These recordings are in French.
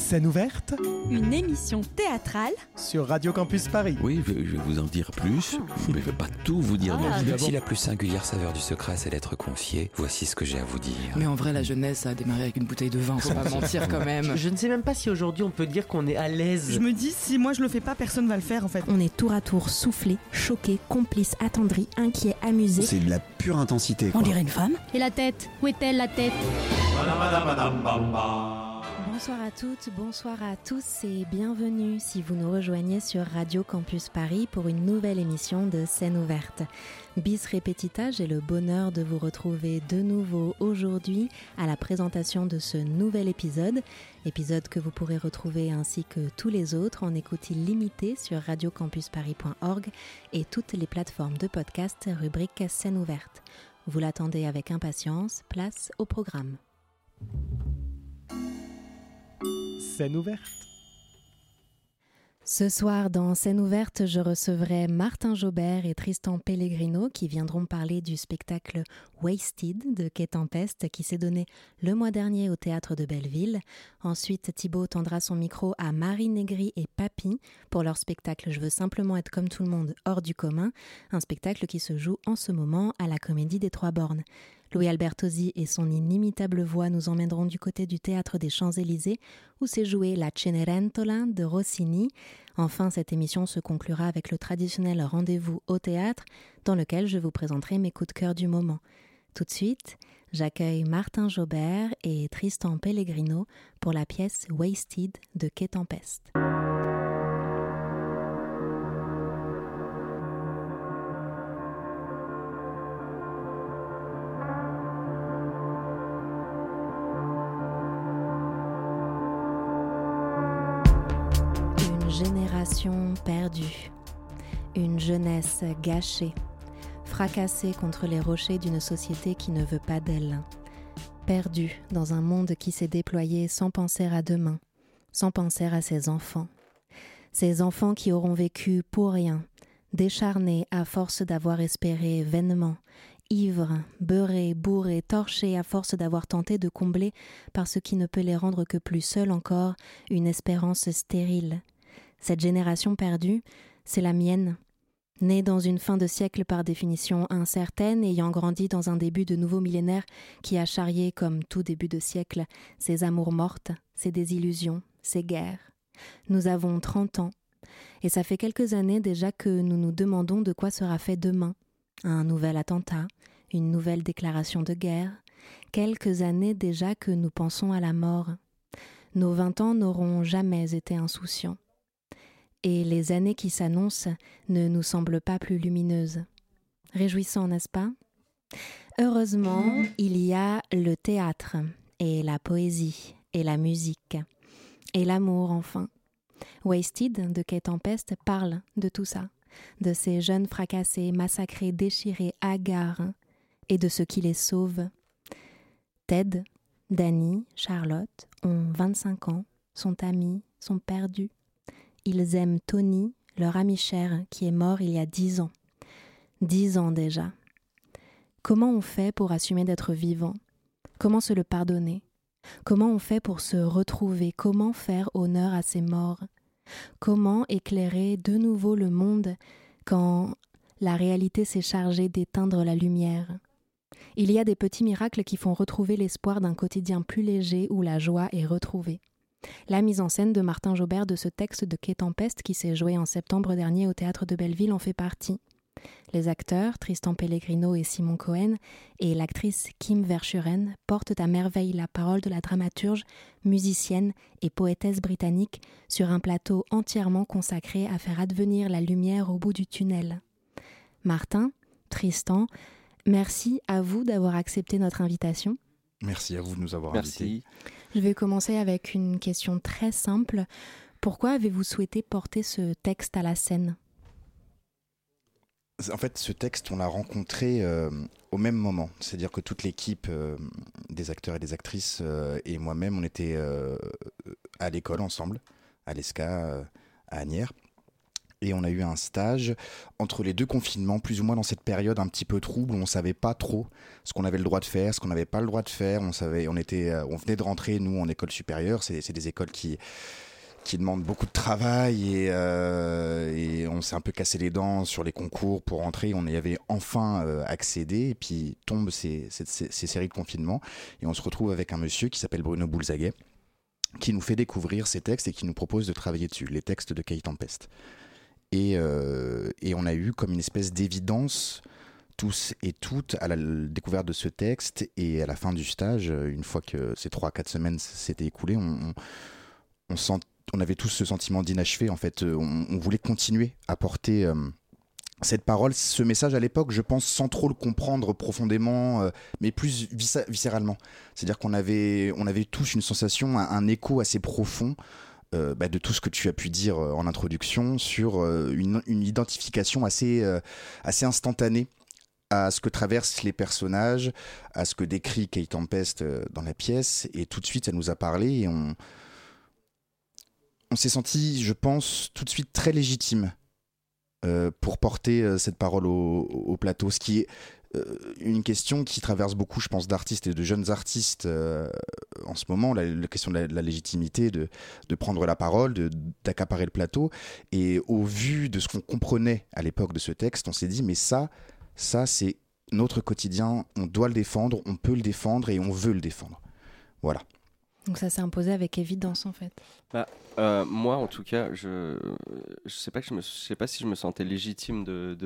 Scène ouverte, une émission théâtrale sur Radio Campus Paris. Oui, je vais vous en dire plus, mais je ne vais pas tout vous dire non plus. Si la plus singulière saveur du secret, c'est d'être confié, voici ce que j'ai à vous dire. Mais en vrai, la jeunesse a démarré avec une bouteille de vin, faut pas mentir quand même. Je ne sais même pas si aujourd'hui on peut dire qu'on est à l'aise. Je me dis, si moi je le fais pas, personne va le faire en fait. On est tour à tour soufflés, choqués, complices, attendris, inquiets, amusés. C'est de la pure intensité, quoi. On dirait une femme. Et la tête? Où est-elle la tête? Bonsoir à toutes, bonsoir à tous et bienvenue si vous nous rejoignez sur Radio Campus Paris pour une nouvelle émission de Scène ouverte. Bis repetita, j'ai le bonheur de vous retrouver de nouveau aujourd'hui à la présentation de ce nouvel épisode que vous pourrez retrouver ainsi que tous les autres en écoute illimitée sur radiocampusparis.org et toutes les plateformes de podcast rubrique Scène ouverte. Vous l'attendez avec impatience, place au programme. Scène ouverte. Ce soir, dans Scène ouverte, je recevrai Martin Jobert et Tristan Pellegrino qui viendront parler du spectacle Wasted de Quai Tempeste qui s'est donné le mois dernier au Théâtre de Belleville. Ensuite, Thibaut tendra son micro à Marie Negri et Papy pour leur spectacle Je veux simplement être comme tout le monde, hors du commun, un spectacle qui se joue en ce moment à la Comédie des Trois Bornes. Louis Albertosi et son inimitable voix nous emmèneront du côté du Théâtre des Champs-Élysées où s'est jouée la Cenerentola de Rossini. Enfin, cette émission se conclura avec le traditionnel rendez-vous au théâtre dans lequel je vous présenterai mes coups de cœur du moment. Tout de suite, j'accueille Martin Jobert et Tristan Pellegrino pour la pièce Wasted de Quai Tempeste. Génération perdue, une jeunesse gâchée, fracassée contre les rochers d'une société qui ne veut pas d'elle, perdue dans un monde qui s'est déployé sans penser à demain, sans penser à ses enfants qui auront vécu pour rien, décharnés à force d'avoir espéré vainement, ivres, beurrés, bourrés, torchés à force d'avoir tenté de combler par ce qui ne peut les rendre que plus seuls encore une espérance stérile. Cette génération perdue, c'est la mienne, née dans une fin de siècle par définition incertaine, ayant grandi dans un début de nouveau millénaire qui a charrié, comme tout début de siècle, ses amours mortes, ses désillusions, ses guerres. Nous avons 30 ans, et ça fait quelques années déjà que nous nous demandons de quoi sera fait demain. Un nouvel attentat, une nouvelle déclaration de guerre, quelques années déjà que nous pensons à la mort. Nos 20 ans n'auront jamais été insouciants. Et les années qui s'annoncent ne nous semblent pas plus lumineuses. Réjouissant, n'est-ce pas ? Heureusement, il y a le théâtre, et la poésie, et la musique, et l'amour enfin. Wasted de Quai Tempeste parle de tout ça, de ces jeunes fracassés, massacrés, déchirés, hagards, et de ce qui les sauve. Ted, Danny, Charlotte ont 25 ans, sont amis, sont perdus. Ils aiment Tony, leur ami cher, qui est mort il y a 10 ans. 10 ans déjà. Comment on fait pour assumer d'être vivant ? Comment se le pardonner ? Comment on fait pour se retrouver ? Comment faire honneur à ces morts ? Comment éclairer de nouveau le monde quand la réalité s'est chargée d'éteindre la lumière ? Il y a des petits miracles qui font retrouver l'espoir d'un quotidien plus léger où la joie est retrouvée. La mise en scène de Martin Jobert de ce texte de Quai Tempeste qui s'est joué en septembre dernier au Théâtre de Belleville en fait partie. Les acteurs, Tristan Pellegrino et Simon Cohen, et l'actrice Kim Verschuren portent à merveille la parole de la dramaturge, musicienne et poétesse britannique sur un plateau entièrement consacré à faire advenir la lumière au bout du tunnel. Martin, Tristan, merci à vous d'avoir accepté notre invitation. Merci à vous de nous avoir invités. Je vais commencer avec une question très simple. Pourquoi avez-vous souhaité porter ce texte à la scène ? En fait, ce texte, on l'a rencontré au même moment. C'est-à-dire que toute l'équipe des acteurs et des actrices et moi-même, on était à l'école ensemble, à l'ESCA, à Asnières. Et on a eu un stage entre les 2 confinements, plus ou moins dans cette période un petit peu trouble où on ne savait pas trop ce qu'on avait le droit de faire, ce qu'on n'avait pas le droit de faire. On venait de rentrer, nous, en école supérieure. C'est des écoles qui demandent beaucoup de travail et on s'est un peu cassé les dents sur les concours pour rentrer. On y avait enfin accédé et puis tombent ces séries de confinements et on se retrouve avec un monsieur qui s'appelle Bruno Boulzaguet qui nous fait découvrir ces textes et qui nous propose de travailler dessus, les textes de Kay Tempest. Et on a eu comme une espèce d'évidence, tous et toutes, à la découverte de ce texte. Et à la fin du stage, une fois que ces 3-4 semaines s'étaient écoulées, on avait tous ce sentiment d'inachevé. En fait, on voulait continuer à porter cette parole, ce message à l'époque, je pense, sans trop le comprendre profondément, mais plus viscéralement. C'est-à-dire qu'on avait tous une sensation, un écho assez profond de tout ce que tu as pu dire en introduction sur une identification assez instantanée à ce que traversent les personnages, à ce que décrit Kay Tempest dans la pièce, et tout de suite ça nous a parlé et on s'est senti, je pense, tout de suite très légitime pour porter cette parole au plateau, ce qui est une question qui traverse beaucoup, je pense, d'artistes et de jeunes artistes en ce moment, la question de la légitimité de prendre la parole, d'accaparer le plateau. Et au vu de ce qu'on comprenait à l'époque de ce texte, on s'est dit, mais ça c'est notre quotidien, on doit le défendre, on peut le défendre et on veut le défendre. Voilà. Donc ça s'est imposé avec évidence en fait. Moi en tout cas, je sais pas si je me sentais légitime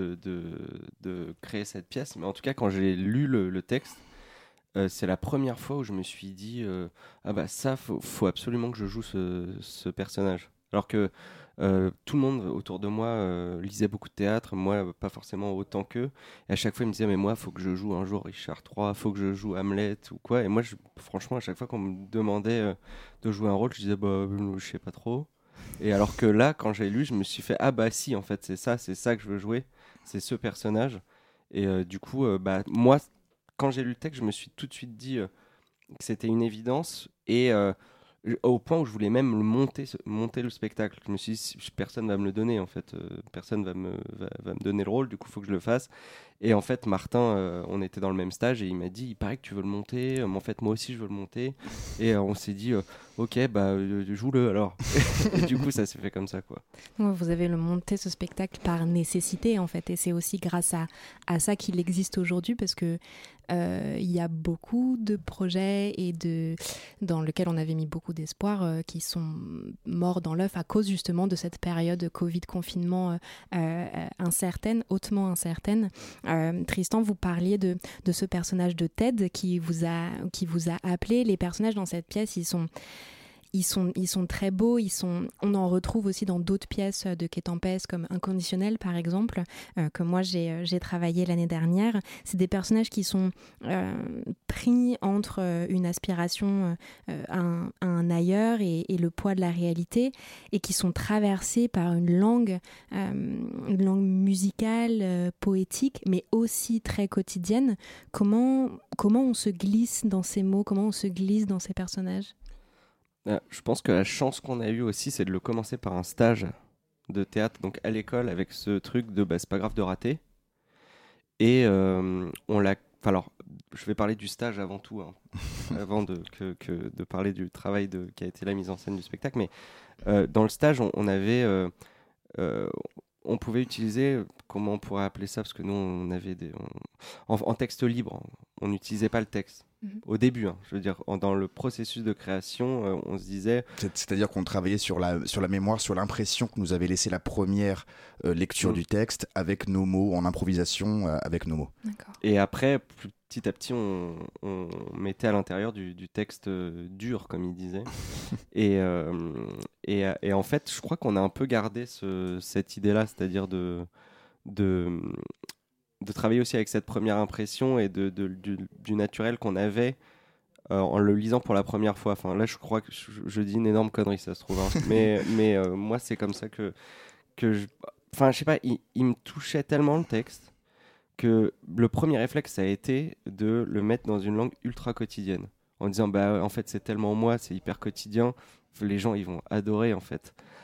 de créer cette pièce, mais en tout cas quand j'ai lu le texte, c'est la première fois où je me suis dit ça faut absolument que je joue ce personnage. Alors que tout le monde autour de moi lisait beaucoup de théâtre, moi pas forcément autant qu'eux, et à chaque fois ils me disaient mais moi faut que je joue un jour Richard III, faut que je joue Hamlet ou quoi, et moi franchement à chaque fois qu'on me demandait de jouer un rôle je disais je sais pas trop, et alors que là quand j'ai lu je me suis fait si en fait c'est ça que je veux jouer, c'est ce personnage, et du coup moi quand j'ai lu le texte je me suis tout de suite dit que c'était une évidence, et au point où je voulais même monter le spectacle. Je me suis dit, personne va me le donner en fait, personne va me donner le rôle, du coup il faut que je le fasse. Et en fait Martin, on était dans le même stage et il m'a dit, il paraît que tu veux le monter, mais en fait moi aussi je veux le monter. Et on s'est dit, ok joue-le alors. Et du coup ça s'est fait comme ça quoi. Vous avez monté ce spectacle par nécessité en fait, et c'est aussi grâce à ça qu'il existe aujourd'hui, parce que il y a beaucoup de projets dans lesquels on avait mis beaucoup d'espoir qui sont morts dans l'œuf à cause justement de cette période Covid, confinement incertaine, hautement incertaine. Tristan, vous parliez de ce personnage de Ted qui vous a appelé. Les personnages dans cette pièce, ils sont très beaux, on en retrouve aussi dans d'autres pièces de Kay Tempest comme Inconditionnel par exemple, que moi j'ai travaillé l'année dernière. C'est des personnages qui sont pris entre une aspiration à un ailleurs et le poids de la réalité, et qui sont traversés par une langue musicale, poétique, mais aussi très quotidienne. Comment on se glisse dans ces mots, comment on se glisse dans ces personnages ? Je pense que la chance qu'on a eue aussi, c'est de le commencer par un stage de théâtre, donc à l'école, avec ce truc de c'est pas grave de rater. Et on l'a. Alors, je vais parler du stage avant tout, avant de parler du travail qui a été la mise en scène du spectacle. Mais dans le stage, on avait. On pouvait utiliser, comment on pourrait appeler ça, parce que nous, on avait en texte libre, on n'utilisait pas le texte. Au début, je veux dire, dans le processus de création, on se disait... C'est-à-dire qu'on travaillait sur la mémoire, sur l'impression que nous avait laissé la première lecture du texte, avec nos mots, en improvisation, avec nos mots. D'accord. Et après, petit à petit, on mettait à l'intérieur du texte dur, comme il disait. et en fait, je crois qu'on a un peu gardé cette idée-là, c'est-à-dire de travailler aussi avec cette première impression et du naturel qu'on avait en le lisant pour la première fois. Enfin, là, je crois que je dis une énorme connerie, ça se trouve. Mais moi, c'est comme ça que enfin, je sais pas, il me touchait tellement le texte que le premier réflexe, ça a été de le mettre dans une langue ultra quotidienne. En disant, en fait, c'est tellement moi, c'est hyper quotidien, les gens, ils vont adorer, en fait.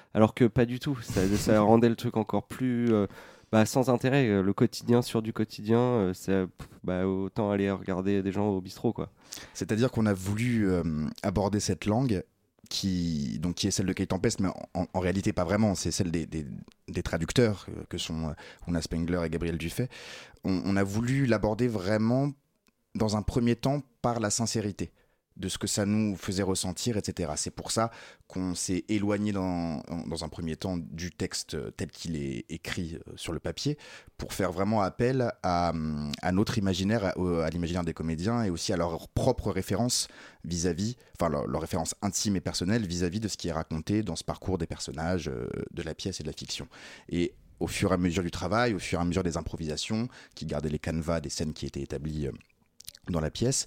Alors que pas du tout. Ça rendait le truc encore plus sans intérêt. Le quotidien sur du quotidien, autant aller regarder des gens au bistrot, quoi. C'est-à-dire qu'on a voulu aborder cette langue qui est celle de Kate Tempest, mais en réalité pas vraiment, c'est celle des traducteurs que sont Una Spengler et Gabriel Dufay. On a voulu l'aborder vraiment dans un premier temps par la sincérité de ce que ça nous faisait ressentir, etc. C'est pour ça qu'on s'est éloigné dans un premier temps du texte tel qu'il est écrit sur le papier, pour faire vraiment appel à notre imaginaire, à l'imaginaire des comédiens, et aussi à leur propre référence vis-à-vis, enfin leur référence intime et personnelle vis-à-vis de ce qui est raconté dans ce parcours des personnages de la pièce et de la fiction. Et au fur et à mesure du travail, au fur et à mesure des improvisations, qui gardaient les canevas des scènes qui étaient établies dans la pièce,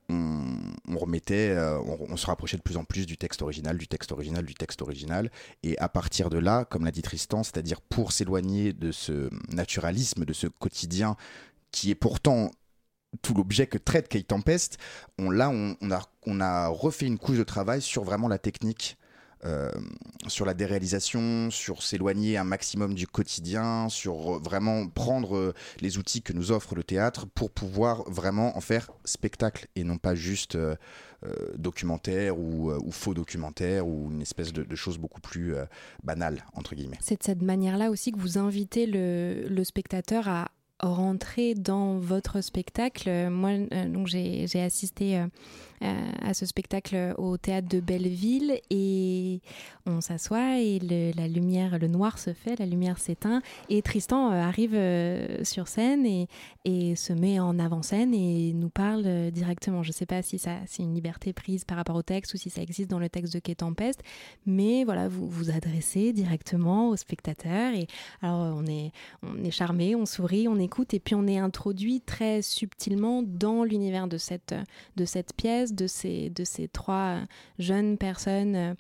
on se rapprochait de plus en plus du texte original, et à partir de là, comme l'a dit Tristan, c'est-à-dire pour s'éloigner de ce naturalisme, de ce quotidien qui est pourtant tout l'objet que traite Kate Tempest, on a refait une couche de travail sur vraiment la technique, sur la déréalisation, sur s'éloigner un maximum du quotidien, sur vraiment prendre les outils que nous offre le théâtre pour pouvoir vraiment en faire spectacle et non pas juste documentaire ou faux documentaire ou une espèce de chose beaucoup plus banale, entre guillemets. C'est de cette manière-là aussi que vous invitez le spectateur à rentrer dans votre spectacle. Moi, donc j'ai assisté à ce spectacle au théâtre de Belleville et on s'assoit et la lumière, le noir se fait, la lumière s'éteint et Tristan arrive sur scène et se met en avant-scène et nous parle directement. Je ne sais pas si c'est une liberté prise par rapport au texte ou si ça existe dans le texte de Kate Tempest, mais voilà, vous vous adressez directement au spectateur et alors on est charmé, on sourit, on écoute et puis on est introduit très subtilement dans l'univers de cette pièce, de ces trois jeunes personnes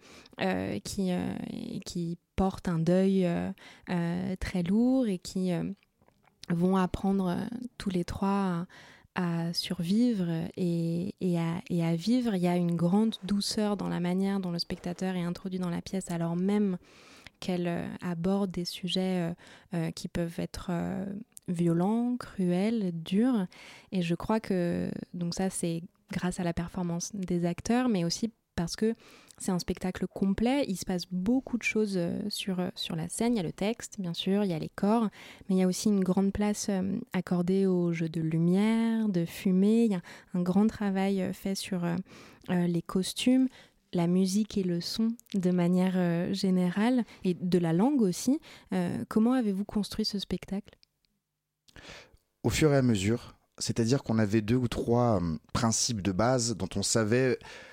qui portent un deuil très lourd et qui vont apprendre tous les trois à survivre et à vivre. Il y a une grande douceur dans la manière dont le spectateur est introduit dans la pièce, alors même qu'elle aborde des sujets qui peuvent être violents, cruels, durs. Et je crois que donc ça, c'est grâce à la performance des acteurs, mais aussi parce que c'est un spectacle complet. Il se passe beaucoup de choses sur la scène. Il y a le texte, bien sûr, il y a les corps, mais il y a aussi une grande place accordée au jeu de lumière, de fumée. Il y a un grand travail fait sur les costumes, la musique et le son de manière générale, et de la langue aussi. Comment avez-vous construit ce spectacle ? Au fur et à mesure, c'est-à-dire qu'on avait 2 ou 3 principes de base dont on savait...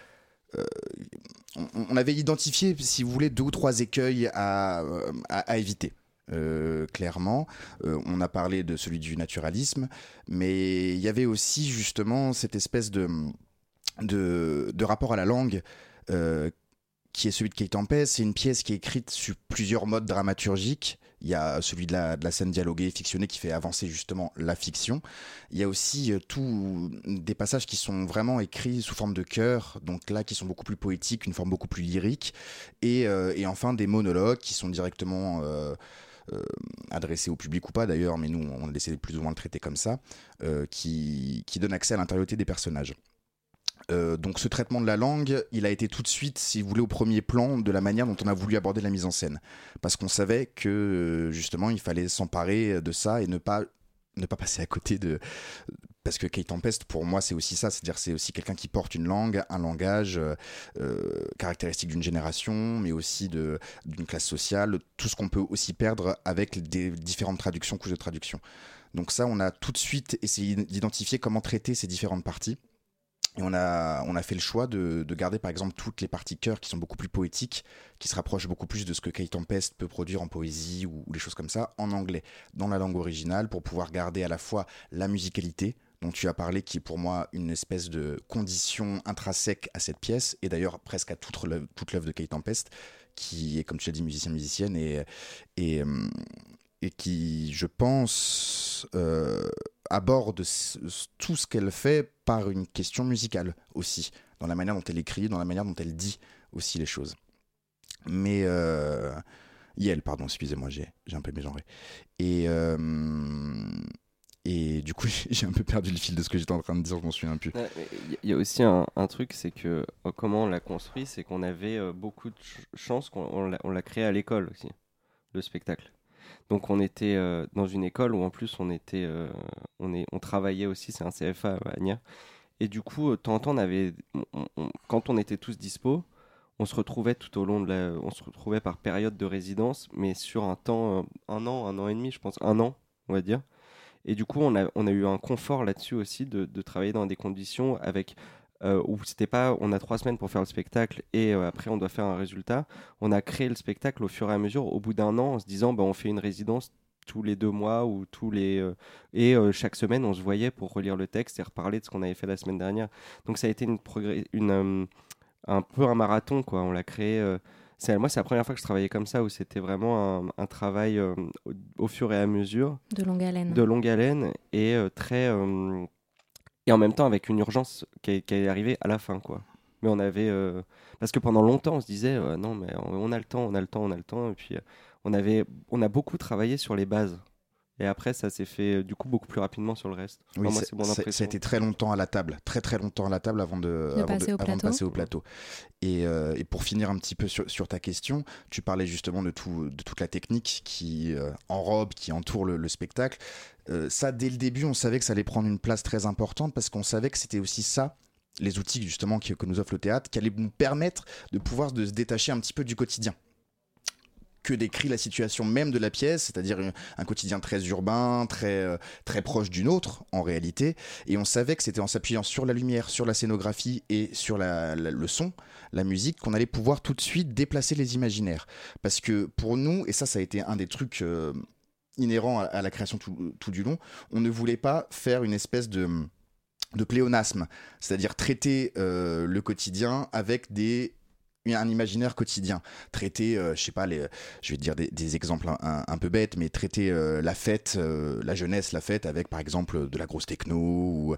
on avait identifié, si vous voulez, 2 ou 3 écueils à éviter. Clairement, on a parlé de celui du naturalisme, mais il y avait aussi justement cette espèce de rapport à la langue qui est celui de Kate Tempest. C'est une pièce qui est écrite sur plusieurs modes dramaturgiques. Il y a celui de la scène dialoguée, fictionnée, qui fait avancer justement la fiction. Il y a aussi des passages qui sont vraiment écrits sous forme de chœur, donc là qui sont beaucoup plus poétiques, une forme beaucoup plus lyrique. Et enfin des monologues qui sont directement adressés au public ou pas d'ailleurs, mais nous on a décidé de plus ou moins le traiter comme ça, qui donnent accès à l'intériorité des personnages. Donc ce traitement de la langue, il a été tout de suite, si vous voulez, au premier plan de la manière dont on a voulu aborder la mise en scène. Parce qu'on savait que, justement, il fallait s'emparer de ça et ne pas passer à côté de... Parce que Kate Tempest, pour moi, c'est aussi ça. C'est-à-dire c'est aussi quelqu'un qui porte une langue, un langage caractéristique d'une génération, mais aussi d'une classe sociale. Tout ce qu'on peut aussi perdre avec des différentes traductions, couches de traduction. Donc ça, on a tout de suite essayé d'identifier comment traiter ces différentes parties. Et on a fait le choix de garder par exemple toutes les parties chœurs qui sont beaucoup plus poétiques, qui se rapprochent beaucoup plus de ce que Kate Tempest peut produire en poésie ou des choses comme ça, en anglais, dans la langue originale, pour pouvoir garder à la fois la musicalité dont tu as parlé, qui est pour moi une espèce de condition intrinsèque à cette pièce, et d'ailleurs presque à toute l'œuvre de Kate Tempest, qui est, comme tu l'as dit, musicienne et qui, je pense, aborde tout ce qu'elle fait par une question musicale aussi, dans la manière dont elle écrit, dans la manière dont elle dit aussi les choses. Mais Yel, pardon, excusez-moi, j'ai un peu mégenré. Et du coup, j'ai un peu perdu le fil de ce que j'étais en train de dire, je m'en souviens plus. Il y a aussi un truc, c'est que comment on l'a construit, c'est qu'on avait beaucoup de chance, on l'a créé à l'école aussi, le spectacle. Donc on était dans une école où en plus on travaillait aussi, c'est un CFA à Agnières. Et du coup, de temps en temps, quand on était tous dispo, on se retrouvait tout au long on se retrouvait par période de résidence, mais sur un temps, un an et demi, je pense, un an, on va dire. Et du coup, on a eu un confort là-dessus aussi de travailler dans des conditions où c'était pas, on a 3 semaines pour faire le spectacle et après on doit faire un résultat. On a créé le spectacle au fur et à mesure, au bout d'un an, en se disant on fait une résidence tous les 2 mois ou chaque semaine on se voyait pour relire le texte et reparler de ce qu'on avait fait la semaine dernière. Donc ça a été un peu un marathon, quoi. On l'a créé. Moi, c'est la première fois que je travaillais comme ça, où c'était vraiment un travail au fur et à mesure. De longue haleine. De longue haleine et très. Et en même temps, avec une urgence qui est arrivée à la fin, quoi. Mais on avait. Parce que pendant longtemps, on se disait non, mais on a le temps. Et puis, on a beaucoup travaillé sur les bases. Et après, ça s'est fait du coup beaucoup plus rapidement sur le reste. Oui, moi, c'est mon impression. Ça a été très longtemps à la table, très longtemps à la table avant de passer au plateau. Et pour finir un petit peu sur ta question, tu parlais justement de toute la technique qui enrobe, qui entoure le spectacle. Ça, dès le début, on savait que ça allait prendre une place très importante parce qu'on savait que c'était aussi ça, les outils justement que nous offre le théâtre, qui allaient nous permettre de pouvoir se détacher un petit peu du quotidien que décrit la situation même de la pièce, c'est-à-dire un quotidien très urbain, très proche d'une autre en réalité, et on savait que c'était en s'appuyant sur la lumière, sur la scénographie et sur le son, la musique, qu'on allait pouvoir tout de suite déplacer les imaginaires. Parce que pour nous, et ça a été un des trucs inhérents à la création tout du long, on ne voulait pas faire une espèce de pléonasme, c'est-à-dire traiter le quotidien avec un imaginaire quotidien, traiter, je sais pas, je vais te dire des exemples un peu bêtes, mais traiter la fête, la jeunesse, la fête avec par exemple de la grosse techno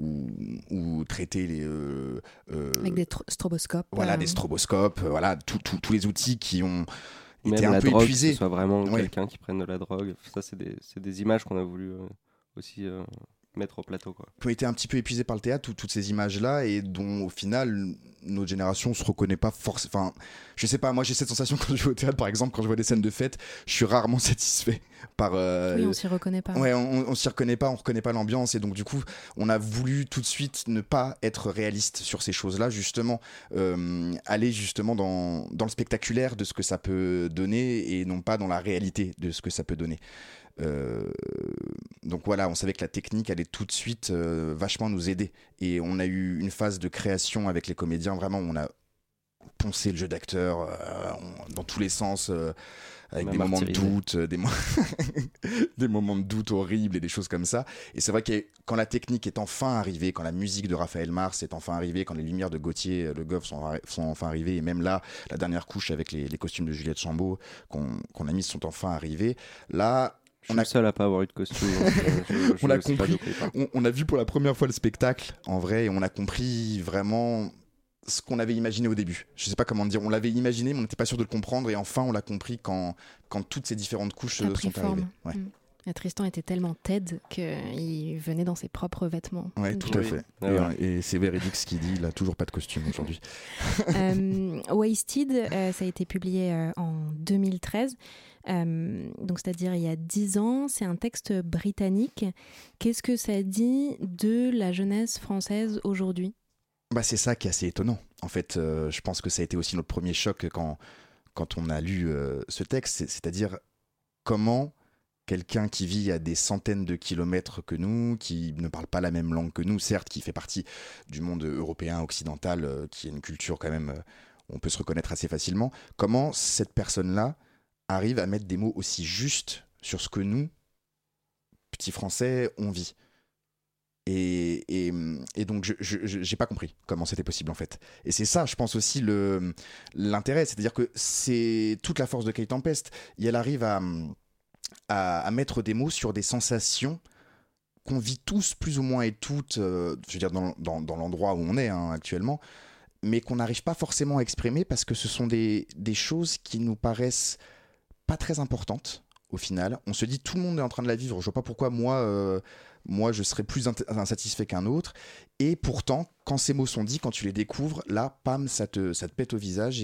ou traiter avec des stroboscopes. Voilà, des stroboscopes, voilà, tous les outils qui ont été même un peu drogue, épuisés. Que ce soit vraiment quelqu'un qui prenne de la drogue, ça c'est des images qu'on a voulu aussi mettre au plateau, quoi. Qui ont été un petit peu épuisés par le théâtre, toutes ces images-là, et dont au final notre génération se reconnaît pas forcément. Enfin, je sais pas, moi j'ai cette sensation quand je vais au théâtre, par exemple, quand je vois des scènes de fête, je suis rarement satisfait par. Oui, on s'y reconnaît pas. Ouais, on s'y reconnaît pas, on reconnaît pas l'ambiance, et donc du coup, on a voulu tout de suite ne pas être réaliste sur ces choses-là, justement, aller justement dans le spectaculaire de ce que ça peut donner, et non pas dans la réalité de ce que ça peut donner. Donc voilà, on savait que la technique allait tout de suite vachement nous aider, et on a eu une phase de création avec les comédiens vraiment où on a poncé le jeu d'acteur dans tous les sens, avec des moments de doute, des moments de doute horribles et des choses comme ça. Et c'est vrai que quand la technique est enfin arrivée, quand la musique de Raphaël Mars est enfin arrivée, quand les lumières de Gauthier Le Goff sont enfin arrivées, et même là, la dernière couche avec les costumes de Juliette Chambaud qu'on a mis sont enfin arrivés, là. Je suis le seul à pas avoir eu de costume. On a compris. On a vu pour la première fois le spectacle en vrai, et on a compris vraiment ce qu'on avait imaginé au début. Je sais pas comment dire. On l'avait imaginé, mais on n'était pas sûr de le comprendre, et enfin on l'a compris quand toutes ces différentes couches sont arrivées. Ouais. Et Tristan était tellement Ted qu'il venait dans ses propres vêtements. Ouais, tout à fait. Et c'est véridique ce qu'il dit. Il a toujours pas de costume aujourd'hui. Wasted, ça a été publié en 2013. Donc c'est-à-dire il y a 10 ans, c'est un texte britannique. Qu'est-ce que ça dit de la jeunesse française aujourd'hui ? C'est ça qui est assez étonnant. En fait, je pense que ça a été aussi notre premier choc quand on a lu ce texte, c'est-à-dire comment quelqu'un qui vit à des centaines de kilomètres que nous, qui ne parle pas la même langue que nous, certes, qui fait partie du monde européen, occidental, qui a une culture quand même, on peut se reconnaître assez facilement, comment cette personne-là arrive à mettre des mots aussi justes sur ce que nous, petits Français, on vit. Et donc j'ai pas compris comment c'était possible en fait. Et c'est ça, je pense aussi l'intérêt, c'est-à-dire que c'est toute la force de Kate Tempest. Et elle arrive à mettre des mots sur des sensations qu'on vit tous plus ou moins et toutes, je veux dire dans l'endroit où on est actuellement, mais qu'on n'arrive pas forcément à exprimer parce que ce sont des choses qui nous paraissent pas très importantes au final. On se dit tout le monde est en train de la vivre, je vois pas pourquoi moi je serais plus insatisfait qu'un autre, et pourtant quand ces mots sont dits, quand tu les découvres, là pam, ça te pète au visage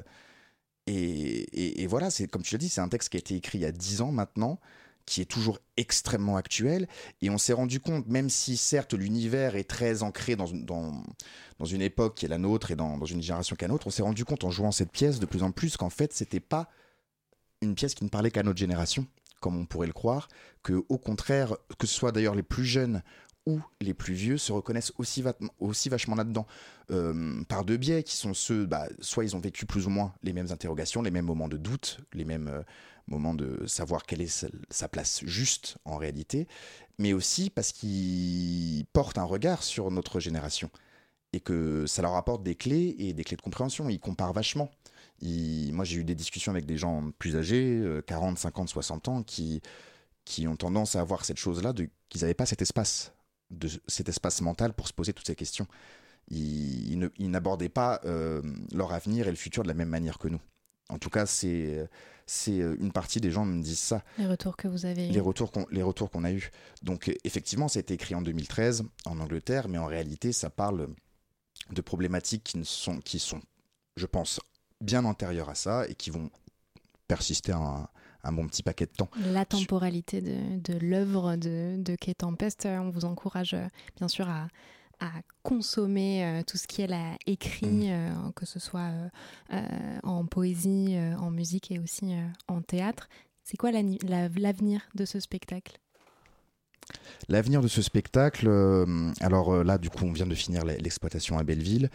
et voilà, c'est comme tu l'as dit, c'est un texte qui a été écrit il y a 10 ans maintenant, qui est toujours extrêmement actuel, et on s'est rendu compte, même si certes l'univers est très ancré dans une époque qui est la nôtre et dans une génération qui est la nôtre, on s'est rendu compte en jouant cette pièce de plus en plus qu'en fait c'était pas une pièce qui ne parlait qu'à notre génération, comme on pourrait le croire, que au contraire, que ce soit d'ailleurs les plus jeunes ou les plus vieux, se reconnaissent aussi vachement là-dedans, par deux biais qui sont ceux, soit ils ont vécu plus ou moins les mêmes interrogations, les mêmes moments de doute, les mêmes moments de savoir quelle est sa place juste en réalité, mais aussi parce qu'ils portent un regard sur notre génération et que ça leur apporte des clés et des clés de compréhension. Ils comparent vachement. Moi, j'ai eu des discussions avec des gens plus âgés, 40, 50, 60 ans, qui ont tendance à avoir cette chose-là, qu'ils n'avaient pas cet espace mental pour se poser toutes ces questions. Ils n'abordaient pas leur avenir et le futur de la même manière que nous. En tout cas, c'est une partie des gens me disent ça. Les retours que vous avez eus. Les retours qu'on a eus. Donc, effectivement, ça a été écrit en 2013 en Angleterre, mais en réalité, ça parle de problématiques qui sont, je pense, bien antérieures à ça et qui vont persister un bon petit paquet de temps. La temporalité de l'œuvre de Quai Tempeste, on vous encourage bien sûr à consommer tout ce qu'elle a écrit, que ce soit en poésie, en musique et aussi en théâtre. C'est quoi l'avenir de ce spectacle ? L'avenir de ce spectacle, alors là du coup on vient de finir l'exploitation à Belleville.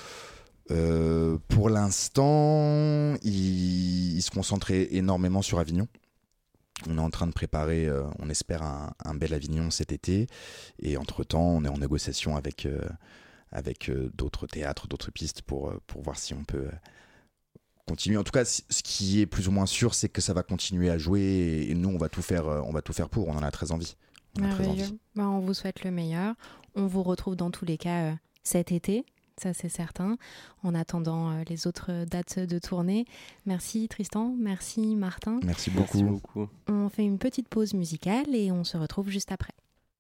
Pour l'instant, il se concentre énormément sur Avignon. On est en train de préparer, on espère, un bel Avignon cet été. Et entre-temps, on est en négociation avec d'autres théâtres, d'autres pistes pour voir si on peut continuer. En tout cas, ce qui est plus ou moins sûr, c'est que ça va continuer à jouer. Et nous, on va tout faire pour. On en a très envie. On vous souhaite le meilleur. On vous retrouve dans tous les cas cet été. Ça c'est certain, en attendant les autres dates de tournée. Merci Tristan, merci Martin. Merci beaucoup. On fait une petite pause musicale et on se retrouve juste après.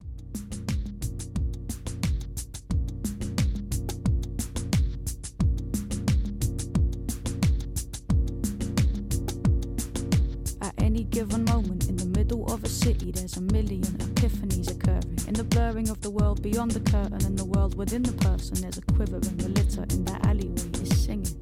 Any given moment in the middle of a city, there's a million epiphanies occurring. In the blurring of the world beyond the curtain and the world within the person, there's a quivering, the litter in that alleyway is singing.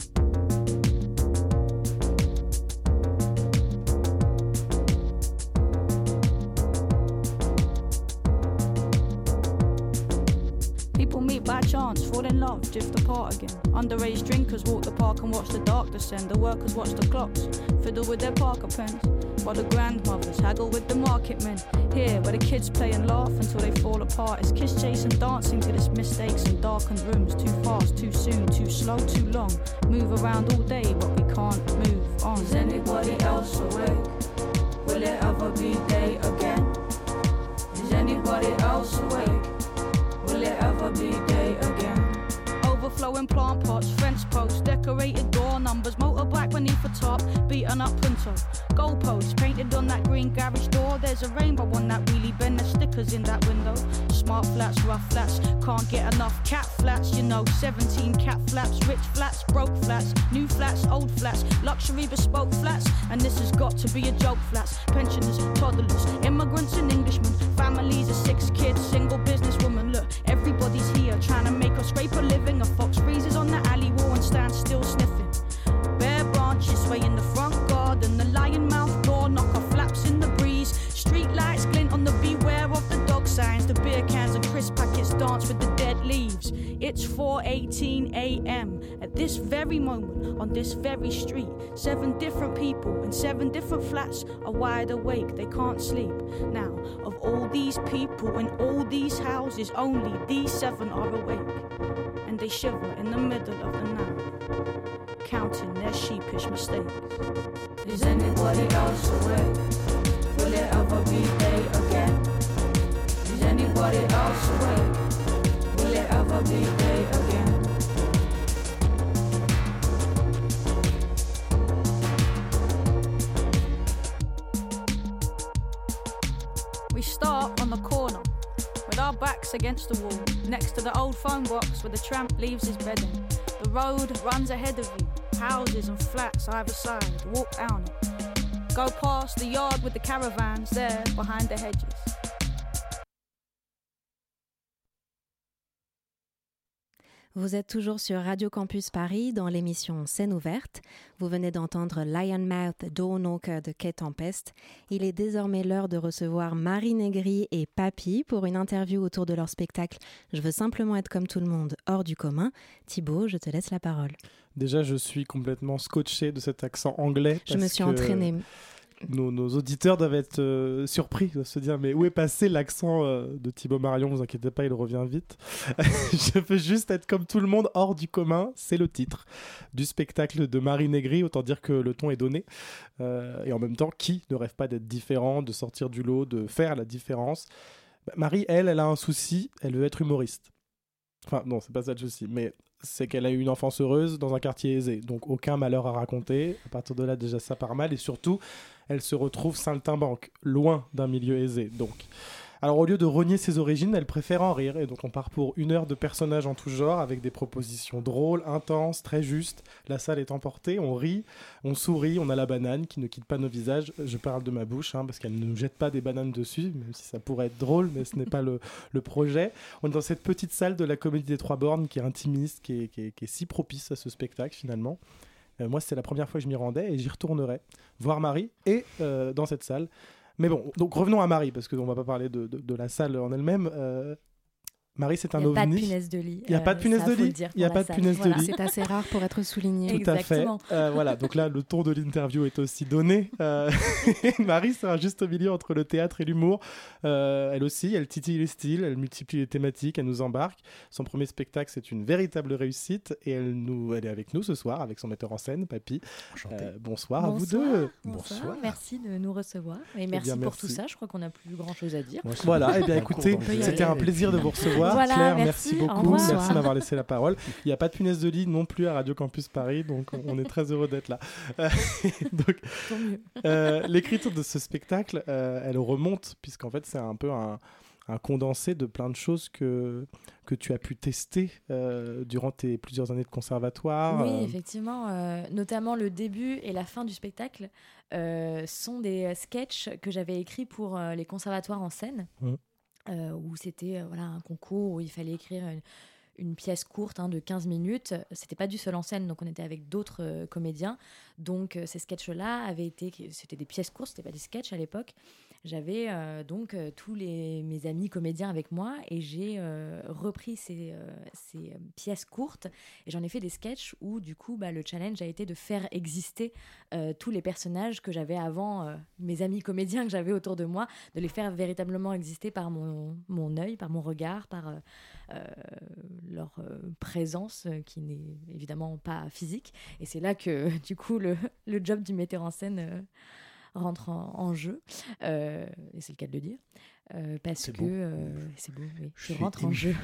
People meet by chance, fall in love, drift apart again. Underage drinkers walk the park and watch the dark descend. The workers watch the clocks, fiddle with their Parker pens, while the grandmothers haggle with the market men. Here, where the kids play and laugh until they fall apart. It's kiss chasing, dancing to this mistakes in darkened rooms. Too fast, too soon, too slow, too long. Move around all day, but we can't move on. Is anybody else awake? Will it ever be day again? Is anybody else awake? Will it ever be day again? Overflowing plant pots, fence posts, decorated door numbers, motorbike beneath the top, beaten up punto. Goalposts painted on that green garage door. There's a rainbow on that wheelie bin, there's stickers in that window. Smart flats, rough flats, can't get enough cat flats. 17 cat flaps, rich flats, broke flats, new flats, old flats, luxury bespoke flats. And this has got to be a joke flats. Pensioners, toddlers, immigrants and Englishmen, families of 6 kids, single businesswoman. Look, everybody's here trying to make us scrape a living. A fox freezes on the alley wall and stands still sniffing. Bare branches sway in the front garden. The lion mouth door knocker flaps in the breeze. Street lights glint on the beware of the dog signs. The beer cans and crisp packets dance with the dead leaves. It's 4:18 a.m. At this very moment, on this very street, 7 different people in 7 different flats are wide awake, they can't sleep. Now, of all these people in all these houses, only these 7 are awake. And they shiver in the middle of the night, counting their sheepish mistakes. Is anybody else awake? Will it ever be day again? Is anybody else awake? Will it ever be day again? backs against the wall, next to the old phone box where the tramp leaves his bedding. The road runs ahead of you, houses and flats either side, walk down it. Go past the yard with the caravans there behind the hedges. Vous êtes toujours sur Radio Campus Paris dans l'émission Scène ouverte. Vous venez d'entendre Lionmouth Doorknocker de Quai Tempest. Il est désormais l'heure de recevoir Marie Negri et Papy pour une interview autour de leur spectacle « Je veux simplement être comme tout le monde, hors du commun ». Thibaut, je te laisse la parole. Déjà, je suis complètement scotché de cet accent anglais. Je me suis entraînée. Nos auditeurs doivent être surpris, de se dire mais où est passé l'accent de Thibaut Marion, vous inquiétez pas, il revient vite. Je veux juste être comme tout le monde hors du commun, c'est le titre du spectacle de Marie Negri, autant dire que le ton est donné. Et en même temps, qui ne rêve pas d'être différent, de sortir du lot, de faire la différence? Marie, elle a un souci, elle veut être humoriste. Enfin non, c'est pas ça le souci, mais c'est qu'elle a eu une enfance heureuse dans un quartier aisé, donc aucun malheur à raconter. À partir de là, déjà ça part mal, et surtout elle se retrouve saltimbanque, loin d'un milieu aisé. Donc, alors au lieu de renier ses origines, elle préfère en rire, et donc on part pour 1 heure de personnages en tout genre, avec des propositions drôles, intenses, très justes. La salle est emportée, on rit, on sourit, on a la banane qui ne quitte pas nos visages. Je parle de ma bouche, parce qu'elle ne nous jette pas des bananes dessus, même si ça pourrait être drôle, mais ce n'est pas le projet. On est dans cette petite salle de la Comédie des Trois Bornes, qui est intimiste, qui est si propice à ce spectacle finalement. Moi, c'était la première fois que je m'y rendais, et j'y retournerai voir Marie, et dans cette salle. Mais bon, donc revenons à Marie, parce qu'on ne va pas parler de la salle en elle-même. Marie, c'est un ovni. Il n'y a pas de punaise de lit. Il n'y a pas de punaise de lit. Il n'y a pas de punaise de lit. C'est assez rare pour être souligné. Tout à fait. Voilà, donc là, le ton de l'interview est aussi donné. Marie sera juste au milieu entre le théâtre et l'humour. Elle aussi, elle titille les styles, elle multiplie les thématiques, elle nous embarque. Son premier spectacle, c'est une véritable réussite. Et elle est avec nous ce soir, avec son metteur en scène, Papy. Bonsoir à vous deux. Bonsoir. Merci de nous recevoir. Et merci pour tout ça. Je crois qu'on n'a plus grand-chose à dire. Voilà, et bien écoutez, c'était un plaisir de vous recevoir. Voilà, Claire, merci beaucoup. Merci de m'avoir laissé la parole. Il n'y a pas de punaise de lit non plus à Radio Campus Paris, donc on est très heureux d'être là. L'écriture de ce spectacle, elle remonte, puisqu'en fait, c'est un peu un condensé de plein de choses que tu as pu tester durant tes plusieurs années de conservatoire. Oui, effectivement. Notamment le début et la fin du spectacle sont des sketchs que j'avais écrits pour les conservatoires en scène. Où c'était un concours où il fallait écrire une pièce courte de 15 minutes. C'était pas du seul en scène, donc on était avec d'autres comédiens. Donc ces sketchs-là c'était des pièces courtes, c'était pas des sketchs à l'époque. J'avais tous mes amis comédiens avec moi et j'ai repris ces pièces courtes et j'en ai fait des sketchs où du coup le challenge a été de faire exister tous les personnages que j'avais avant, mes amis comédiens que j'avais autour de moi, de les faire véritablement exister par mon œil, par mon regard, par leur présence qui n'est évidemment pas physique. Et c'est là que du coup le job du metteur en scène rentre en jeu, et c'est le cas de le dire, parce c'est que c'est beau, oui, je rentre en jeu.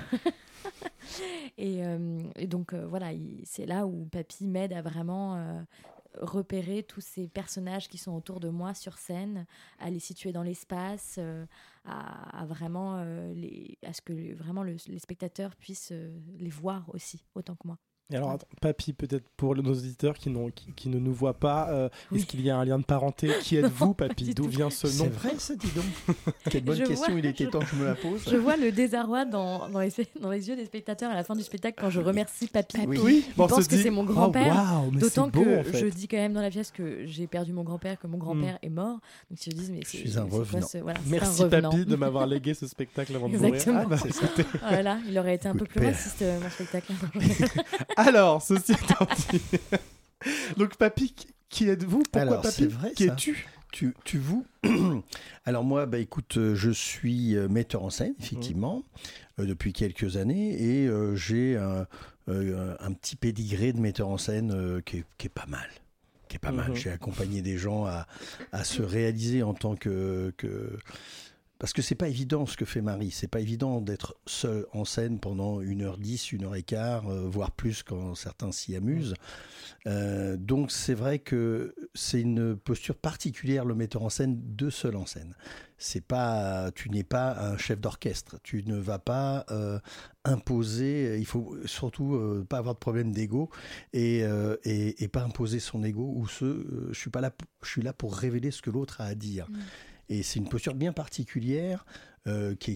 et donc c'est là où Papy m'aide à vraiment repérer tous ces personnages qui sont autour de moi sur scène, à les situer dans l'espace, à vraiment à ce que vraiment les spectateurs puissent les voir aussi autant que moi. Et alors, Papy, peut-être pour nos auditeurs qui ne nous voient pas, est-ce qu'il y a un lien de parenté? Qui êtes-vous, Papy? D'où vient ce nom? C'est vrai, ça, dis donc. Quelle bonne question, il était temps que je me la pose. Je vois le désarroi dans les yeux des spectateurs à la fin du spectacle quand je remercie Papy. Oui. Ils pensent que c'est mon grand-père. D'autant beau, que en fait. Je dis quand même dans la pièce que j'ai perdu mon grand-père, que mon grand-père est mort. Donc ils se disent, mais je suis un revenant. Merci, Papy, de m'avoir légué ce spectacle avant de mourir. Exactement. Voilà, il aurait été un peu plus raciste, mon spectacle. Alors, ceci étant dit. Donc, Papy, qui êtes-vous? Pourquoi alors, Papy? C'est vrai, qui es-tu? Tu vous Alors moi, écoute, je suis metteur en scène, effectivement, depuis quelques années, et j'ai un petit pédigré de metteur en scène qui est pas mal. J'ai accompagné des gens à se réaliser en tant que... Parce que c'est pas évident ce que fait Marie, c'est pas évident d'être seul en scène pendant 1h10, 1h15, voire plus quand certains s'y amusent. Donc c'est vrai que c'est une posture particulière, le metteur en scène de seul en scène. Tu n'es pas un chef d'orchestre. Tu ne vas pas imposer. Il faut surtout pas avoir de problème d'ego et pas imposer son ego ou je suis là pour révéler ce que l'autre a à dire. Et c'est une posture bien particulière qui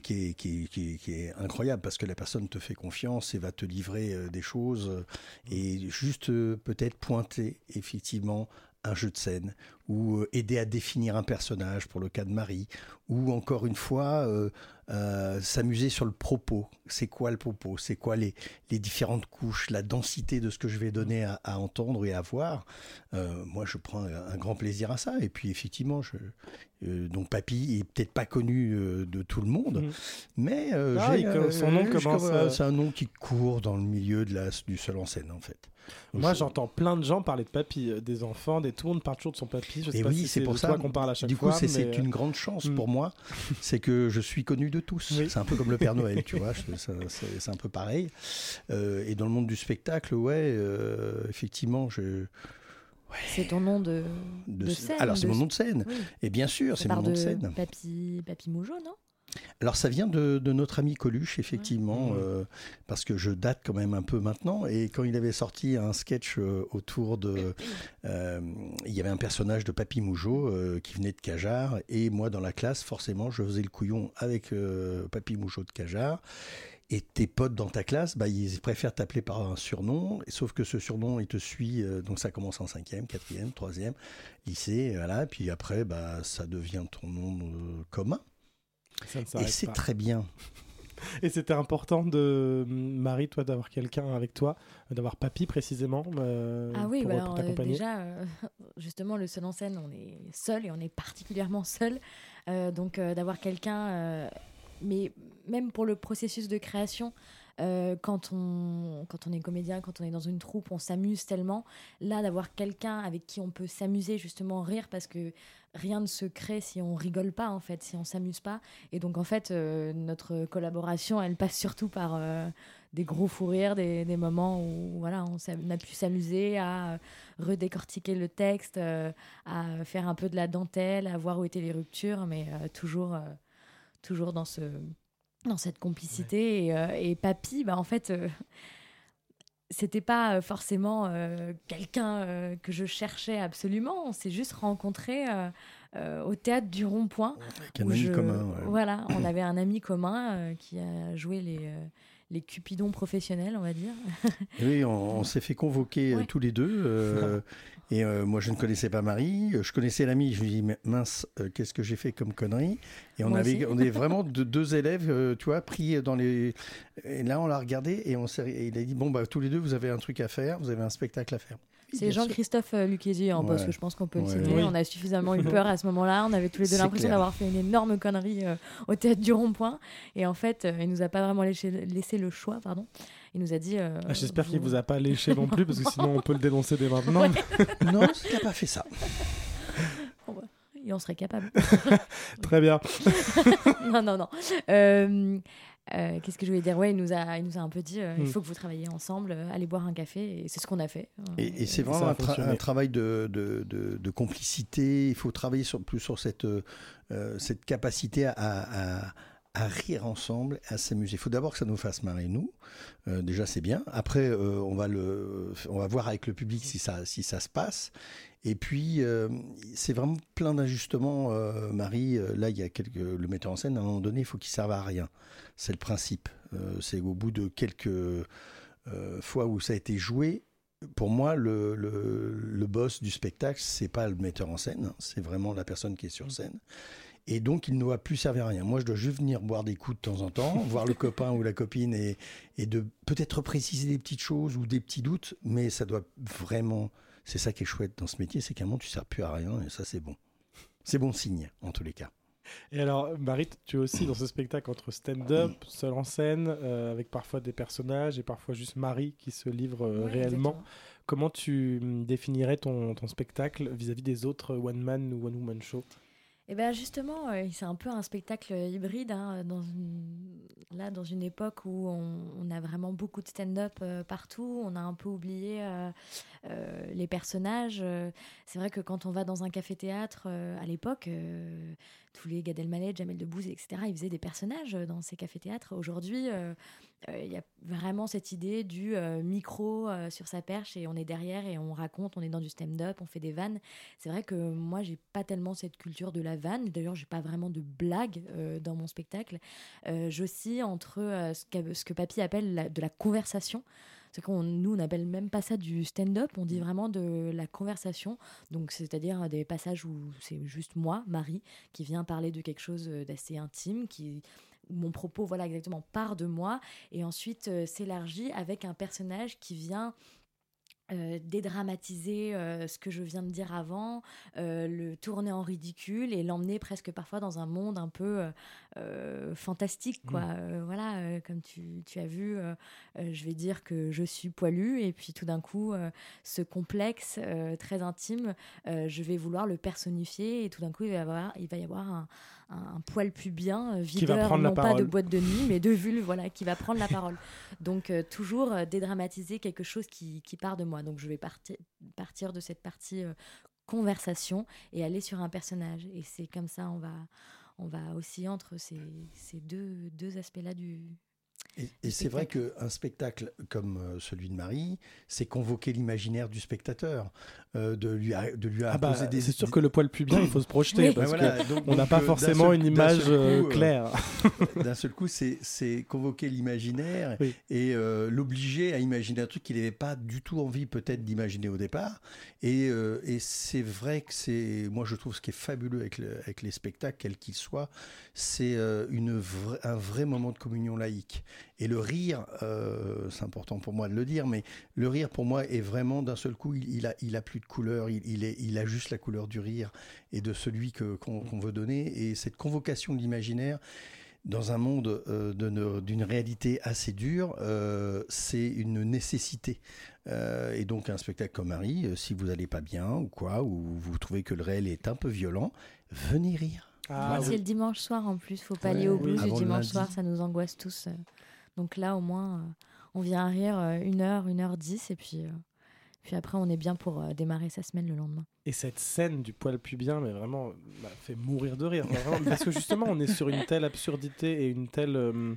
est incroyable parce que la personne te fait confiance et va te livrer des choses et juste peut-être pointer effectivement un jeu de scène ou aider à définir un personnage pour le cas de Marie ou encore une fois s'amuser sur le propos. C'est quoi le propos ? C'est quoi les différentes couches, la densité de ce que je vais donner à entendre et à voir. Moi, je prends un grand plaisir à ça. Et puis, effectivement, donc Papy est peut-être pas connu de tout le monde, mais son nom c'est un nom qui court dans le milieu du seul en scène, en fait. Donc moi, j'entends plein de gens parler de Papy, des enfants, tout le monde parle toujours de son Papy. Je sais pas si c'est pour ça qu'on parle à chaque du fois. Du coup, c'est une grande chance pour moi, c'est que je suis connu de tous. Oui. C'est un peu comme le Père Noël, tu vois, c'est un peu pareil. Et dans le monde du spectacle, effectivement, c'est ton nom de scène. Alors, c'est mon nom de scène. Oui. Et bien sûr, c'est mon nom de scène. Papy Mougeot, non ? Alors, ça vient de notre ami Coluche, effectivement, parce que je date quand même un peu maintenant. Et quand il avait sorti un sketch autour de... il y avait un personnage de Papy Mougeot qui venait de Cajar. Et moi, dans la classe, forcément, je faisais le couillon avec Papy Mougeot de Cajar. Et tes potes dans ta classe, ils préfèrent t'appeler par un surnom, sauf que ce surnom, il te suit, donc ça commence en 5e, 4e, 3e, lycée, voilà. Puis après, ça devient ton nom commun. Et c'est très bien. Et c'était important Marie, toi, d'avoir quelqu'un avec toi, d'avoir Papy précisément pour t'accompagner. Déjà, justement, le seul en scène, on est seul et on est particulièrement seul. Donc d'avoir quelqu'un, mais même pour le processus de création, quand on est comédien, quand on est dans une troupe, on s'amuse tellement. Là, d'avoir quelqu'un avec qui on peut s'amuser, justement rire, parce que rien ne se crée si on rigole pas, en fait, si on s'amuse pas. Et donc, en fait, notre collaboration, elle passe surtout par des gros fous rires, des moments où voilà, on a pu s'amuser à redécortiquer le texte, à faire un peu de la dentelle, à voir où étaient les ruptures, mais toujours dans cette complicité. Et Papy, en fait, c'était pas forcément quelqu'un que je cherchais absolument. On s'est juste rencontrés au théâtre du Rond-Point. Avec un ami commun. Ouais. Voilà, on avait un ami commun qui a joué les Cupidons professionnels, on va dire. Oui, on s'est fait convoquer tous les deux. Et moi, je ne connaissais pas Marie. Je connaissais l'ami. Je lui dis, mince, qu'est-ce que j'ai fait comme connerie ? Et on est vraiment deux élèves, tu vois, pris dans les... Et là, on l'a regardé et il a dit, tous les deux, vous avez un truc à faire, vous avez un spectacle à faire. C'est Jean-Christophe Lucchesi, parce que je pense qu'on peut le citer. Oui. On a suffisamment eu peur à ce moment-là. On avait tous les deux l'impression d'avoir fait une énorme connerie au théâtre du Rond-Point. Et en fait, il nous a pas vraiment laissé le choix, pardon. Il nous a dit... j'espère qu'il vous a pas léché non plus, parce que sinon on peut le dénoncer dès maintenant. Ouais. Non, il n'a pas fait ça. Et on serait capable. Très bien. Non. Qu'est-ce que je voulais dire ? Il nous a un peu dit il faut que vous travailliez ensemble, allez boire un café, et c'est ce qu'on a fait. Et c'est vraiment un travail de complicité. Il faut travailler plus sur cette capacité à rire ensemble, à s'amuser. Il faut d'abord que ça nous fasse marrer, nous. Déjà, c'est bien. Après, on va voir avec le public si ça se passe. Et puis, c'est vraiment plein d'ajustements. Marie, là, il y a le metteur en scène, à un moment donné, il faut qu'il serve à rien. C'est le principe. C'est au bout de quelques fois où ça a été joué. Pour moi, le boss du spectacle, c'est pas le metteur en scène, hein, c'est vraiment la personne qui est sur scène. Et donc, il ne doit plus servir à rien. Moi, je dois juste venir boire des coups de temps en temps, voir le copain ou la copine et de peut-être préciser des petites choses ou des petits doutes, mais ça doit vraiment... C'est ça qui est chouette dans ce métier, c'est qu'à un moment, tu ne sers plus à rien et ça, c'est bon. C'est bon signe, en tous les cas. Et alors, Marie, tu es aussi dans ce spectacle entre stand-up, seul en scène, avec parfois des personnages et parfois juste Marie qui se livre réellement. Exactement. Comment tu définirais ton spectacle vis-à-vis des autres one-man ou one-woman show ? Et bien justement, c'est un peu un spectacle hybride, hein, dans une époque où on a vraiment beaucoup de stand-up partout, on a un peu oublié les personnages. C'est vrai que quand on va dans un café-théâtre, à l'époque, tous les Gad Elmaleh, Jamel Debbouze, etc., ils faisaient des personnages dans ces cafés-théâtres. Aujourd'hui, il y a vraiment cette idée du micro sur sa perche et on est derrière et on raconte, on est dans du stand-up, on fait des vannes. C'est vrai que moi, j'ai pas tellement cette culture de la vanne. D'ailleurs, j'ai pas vraiment de blague dans mon spectacle. J'oscille entre ce que Papy appelle de la conversation. C'est nous, on n'appelle même pas ça du stand-up, on dit vraiment de la conversation. Donc, c'est-à-dire des passages où c'est juste moi, Marie, qui vient parler de quelque chose d'assez intime, où mon propos, voilà, exactement, part de moi, et ensuite s'élargit avec un personnage qui vient dédramatiser ce que je viens de dire avant, le tourner en ridicule et l'emmener presque parfois dans un monde un peu fantastique, quoi. Voilà, comme tu as vu, je vais dire que je suis poilue et puis tout d'un coup, ce complexe très intime, je vais vouloir le personnifier et tout d'un coup, il va y avoir un poil pubien videur, non pas de boîte de nuit, mais de vulve, voilà, qui va prendre la parole. Donc, toujours dédramatiser quelque chose qui part de moi. Donc, je vais partir de cette partie conversation et aller sur un personnage. Et c'est comme ça, on va osciller entre ces deux aspects-là du... Et c'est vrai qu'un spectacle comme celui de Marie, c'est convoquer l'imaginaire du spectateur, de lui imposer des... C'est sûr que le poil pubien, il faut se projeter, parce qu'on n'a pas forcément une image claire. D'un seul coup, c'est convoquer l'imaginaire et l'obliger à imaginer un truc qu'il n'avait pas du tout envie peut-être d'imaginer au départ. Et c'est vrai que moi je trouve ce qui est fabuleux avec les spectacles, quels qu'ils soient, c'est un vrai moment de communion laïque. Et le rire, c'est important pour moi de le dire, mais le rire pour moi est vraiment d'un seul coup, il a plus de couleur, il a juste la couleur du rire et de celui qu'on veut donner. Et cette convocation de l'imaginaire dans un monde d'une réalité assez dure, c'est une nécessité. Et donc un spectacle comme Marie, si vous n'allez pas bien ou quoi, ou vous trouvez que le réel est un peu violent, venez rire. C'est le dimanche soir en plus, faut pas aller au blues du dimanche soir, ça nous angoisse tous. Donc là au moins on vient rire 1h10 et puis après on est bien pour démarrer sa semaine le lendemain. Et cette scène du poil pubien mais vraiment fait mourir de rire, vraiment, parce que justement on est sur une telle absurdité et une telle...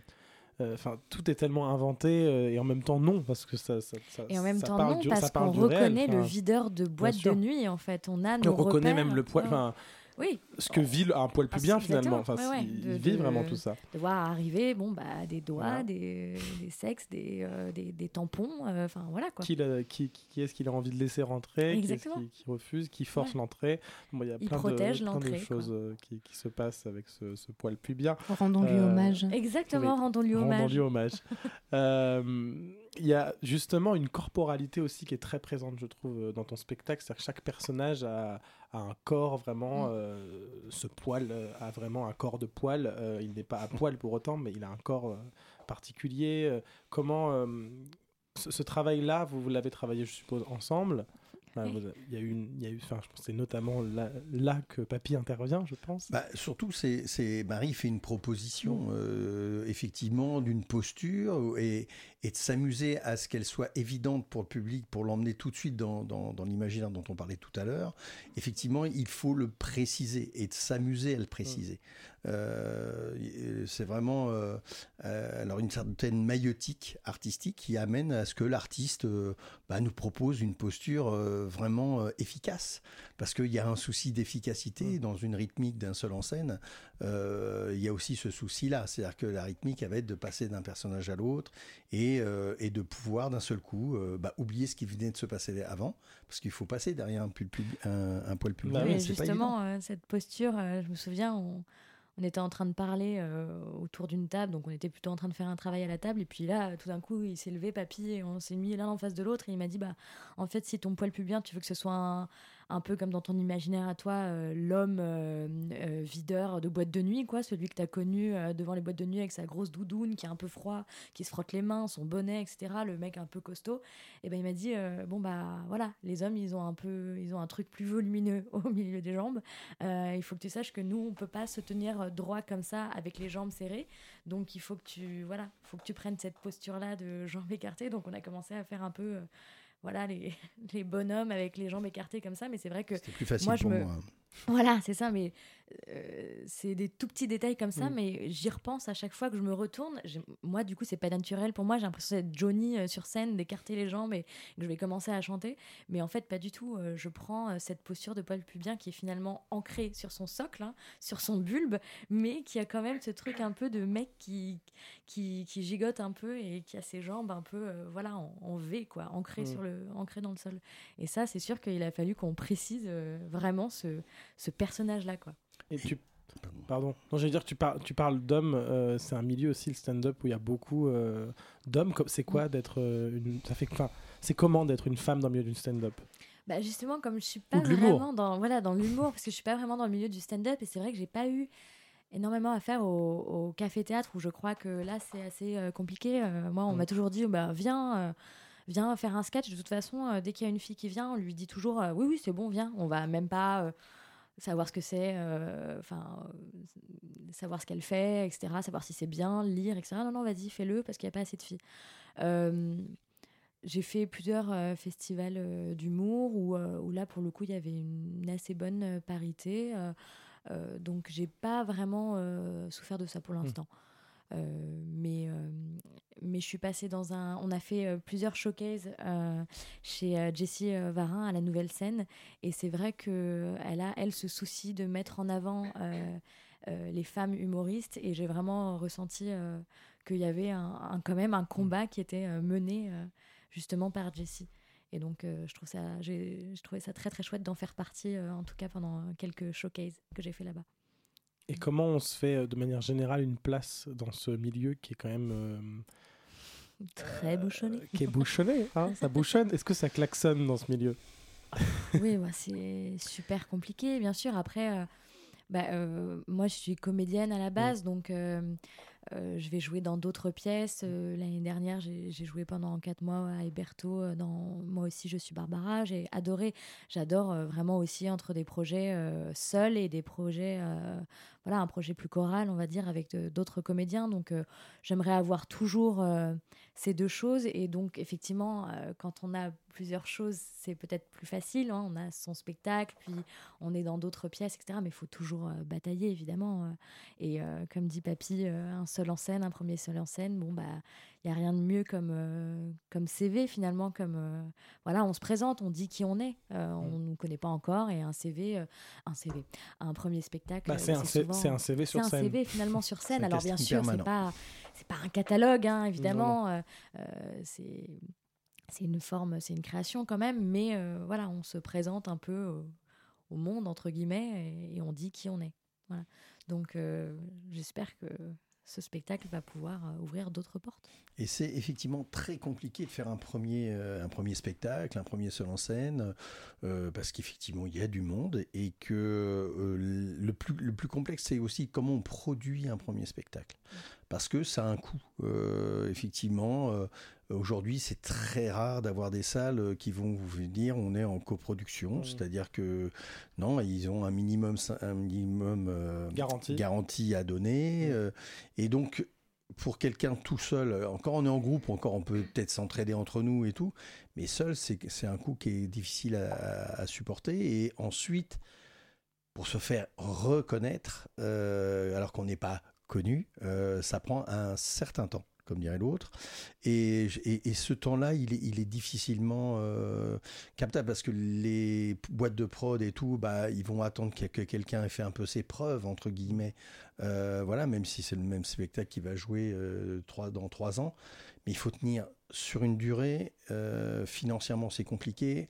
tout est tellement inventé et en même temps non, parce que ça et en même ça temps parle non, parce qu'on reconnaît le videur de boîte de nuit, en fait. On a nos repères. On reconnaît même le poil... Oui. Ce que vit un poil pubien finalement, il vit vraiment tout ça. De voir arriver des doigts, des sexes, des tampons, voilà quoi. Qui est-ce qu'il a envie de laisser rentrer, exactement. Qui est-ce qui refuse, qui force l'entrée. Bon, il protège plein l'entrée, de choses qui se passent avec ce poil pubien. Rendons-lui hommage. Exactement, rendons-lui hommage. Il y a justement une corporalité aussi qui est très présente, je trouve, dans ton spectacle. C'est-à-dire que chaque personnage a un corps vraiment... ce poil a vraiment un corps de poil. Il n'est pas à poil pour autant, mais il a un corps particulier. Comment... ce travail-là, vous l'avez travaillé, je suppose, ensemble. Il y a eu, je pense que c'est notamment là que Papy intervient, je pense. Surtout, Marie fait une proposition, effectivement, d'une posture et de s'amuser à ce qu'elle soit évidente pour le public, pour l'emmener tout de suite dans l'imaginaire dont on parlait tout à l'heure. Effectivement, il faut le préciser et de s'amuser à le préciser. C'est vraiment alors une certaine maïeutique artistique qui amène à ce que l'artiste nous propose une posture vraiment efficace, parce qu'il y a un souci d'efficacité dans une rythmique d'un seul en scène. Il y a aussi ce souci-là, c'est-à-dire que la rythmique va être de passer d'un personnage à l'autre et de pouvoir d'un seul coup oublier ce qui venait de se passer avant, parce qu'il faut passer derrière un poil pubien. Oui, justement, cette posture, je me souviens, on était en train de parler autour d'une table, donc on était plutôt en train de faire un travail à la table, et puis là, tout d'un coup, il s'est levé, Papy, et on s'est mis l'un en face de l'autre, et il m'a dit, en fait, si ton poil pubien, tu veux que ce soit un peu comme dans ton imaginaire à toi, l'homme videur de boîte de nuit, quoi, celui que tu as connu devant les boîtes de nuit avec sa grosse doudoune, qui est un peu froid, qui se frotte les mains, son bonnet, etc., le mec un peu costaud. Et ben il m'a dit, voilà, les hommes, ils ont un truc plus volumineux au milieu des jambes. Il faut que tu saches que nous, on peut pas se tenir droit comme ça avec les jambes serrées. Donc il faut que tu prennes cette posture-là de jambes écartées. Donc on a commencé à faire un peu les bonhommes avec les jambes écartées comme ça. Mais c'est vrai que c'était plus facile pour moi. Voilà, c'est ça, mais c'est des tout petits détails comme ça, mais j'y repense à chaque fois que je me retourne. Moi, du coup, c'est pas naturel pour moi. J'ai l'impression d'être Johnny sur scène, d'écarter les jambes et que je vais commencer à chanter. Mais en fait, pas du tout. Je prends cette posture de Paul Pubien qui est finalement ancrée sur son socle, sur son bulbe, mais qui a quand même ce truc un peu de mec qui gigote un peu et qui a ses jambes un peu en V, quoi, ancrées dans le sol. Et ça, c'est sûr qu'il a fallu qu'on précise vraiment ce personnage-là, quoi. Et Pardon. Non, j'allais dire, tu parles d'hommes. C'est un milieu aussi, le stand-up, où il y a beaucoup d'hommes. C'est quoi d'être c'est comment d'être une femme dans le milieu du stand-up? Bah justement, comme je suis pas vraiment dans l'humour, parce que je suis pas vraiment dans le milieu du stand-up, et c'est vrai que j'ai pas eu énormément à faire au café-théâtre, où je crois que là, c'est assez compliqué. Moi, on m'a toujours dit, viens faire un sketch. De toute façon, dès qu'il y a une fille qui vient, on lui dit toujours oui, c'est bon, viens. On va même pas savoir ce que c'est, savoir ce qu'elle fait, etc., savoir si c'est bien, lire, etc. Non, vas-y, fais-le, parce qu'il n'y a pas assez de filles. J'ai fait plusieurs festivals d'humour où là, pour le coup, il y avait une assez bonne parité. Donc, j'ai pas vraiment souffert de ça pour l'instant. Mais je suis passée on a fait plusieurs showcases chez Jessie Varin à la Nouvelle Scène, et c'est vrai qu'elle se soucie de mettre en avant les femmes humoristes, et j'ai vraiment ressenti qu'il y avait quand même un combat qui était mené justement par Jessie. Et donc je trouvais ça très très chouette d'en faire partie, en tout cas pendant quelques showcases que j'ai fait là-bas. Et comment on se fait de manière générale une place dans ce milieu qui est quand même très bouchonné, qui est bouchonné, ça bouchonne. Est-ce que ça klaxonne dans ce milieu? Oui, c'est super compliqué, bien sûr. Après, moi, je suis comédienne à la base, donc je vais jouer dans d'autres pièces. L'année dernière, j'ai joué pendant 4 mois à Héberto dans Moi aussi, je suis Barbara. J'ai adoré. J'adore vraiment aussi entre des projets seuls et des projets, un projet plus choral, on va dire, avec d'autres comédiens. Donc, j'aimerais avoir toujours ces deux choses. Et donc, effectivement, quand on a plusieurs choses, c'est peut-être plus facile. On a son spectacle, puis on est dans d'autres pièces, etc. Mais il faut toujours batailler, évidemment. Et comme dit Papy, un seul en scène, un premier seul en scène, il n'y a rien de mieux comme CV, finalement. On se présente, on dit qui on est. On ne nous connaît pas encore, et un CV, un premier spectacle, c'est un CV sur scène. C'est un CV, finalement, sur scène. Alors, bien sûr, c'est pas un catalogue, évidemment. Non. C'est une forme, c'est une création quand même, mais on se présente un peu au monde, entre guillemets, et on dit qui on est. Voilà. Donc, j'espère que ce spectacle va pouvoir ouvrir d'autres portes. Et c'est effectivement très compliqué de faire un premier spectacle, un premier seul en scène, parce qu'effectivement, il y a du monde, et que le plus complexe, c'est aussi comment on produit un premier spectacle. Parce que ça a un coût. Effectivement, aujourd'hui, c'est très rare d'avoir des salles qui vont vous dire on est en coproduction, c'est-à-dire que non, ils ont un minimum garantie à donner, et donc pour quelqu'un tout seul, encore on est en groupe, encore on peut peut-être s'entraider entre nous et tout, mais seul c'est un coût qui est difficile à supporter. Et ensuite, pour se faire reconnaître, alors qu'on n'est pas connu, ça prend un certain temps, comme dirait l'autre, et ce temps-là, il est difficilement captable, parce que les boîtes de prod et tout, ils vont attendre que quelqu'un ait fait un peu ses preuves, entre guillemets, même si c'est le même spectacle qui va jouer dans 3 ans, mais il faut tenir sur une durée. Financièrement, c'est compliqué.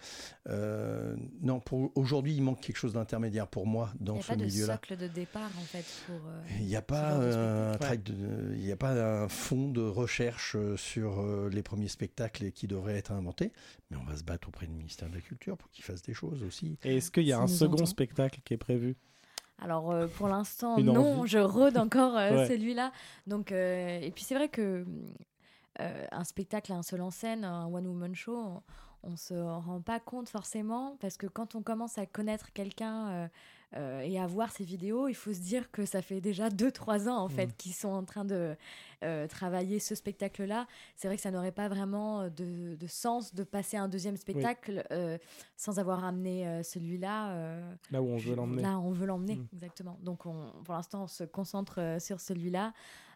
Non, aujourd'hui, il manque quelque chose d'intermédiaire pour moi dans ce milieu-là. Il n'y a pas de socle de départ, en fait. Il n'y a pas il n'y a pas un fond de recherche sur les premiers spectacles qui devraient être inventés, mais on va se battre auprès du ministère de la Culture pour qu'ils fassent des choses aussi. Et est-ce qu'il y a un second spectacle qui est prévu ? Alors pour l'instant, non, je rôde encore celui-là. Donc, et puis c'est vrai que un spectacle à un seul en scène, un one-woman show, on se rend pas compte forcément, parce que quand on commence à connaître quelqu'un et à voir ses vidéos, il faut se dire que ça fait déjà 2-3 ans en fait qu'ils sont en train de travailler ce spectacle-là. C'est vrai que ça n'aurait pas vraiment de sens de passer un deuxième spectacle sans avoir amené celui-là. Là où on veut l'emmener. Là où on veut l'emmener, exactement. Donc pour l'instant, on se concentre sur celui-là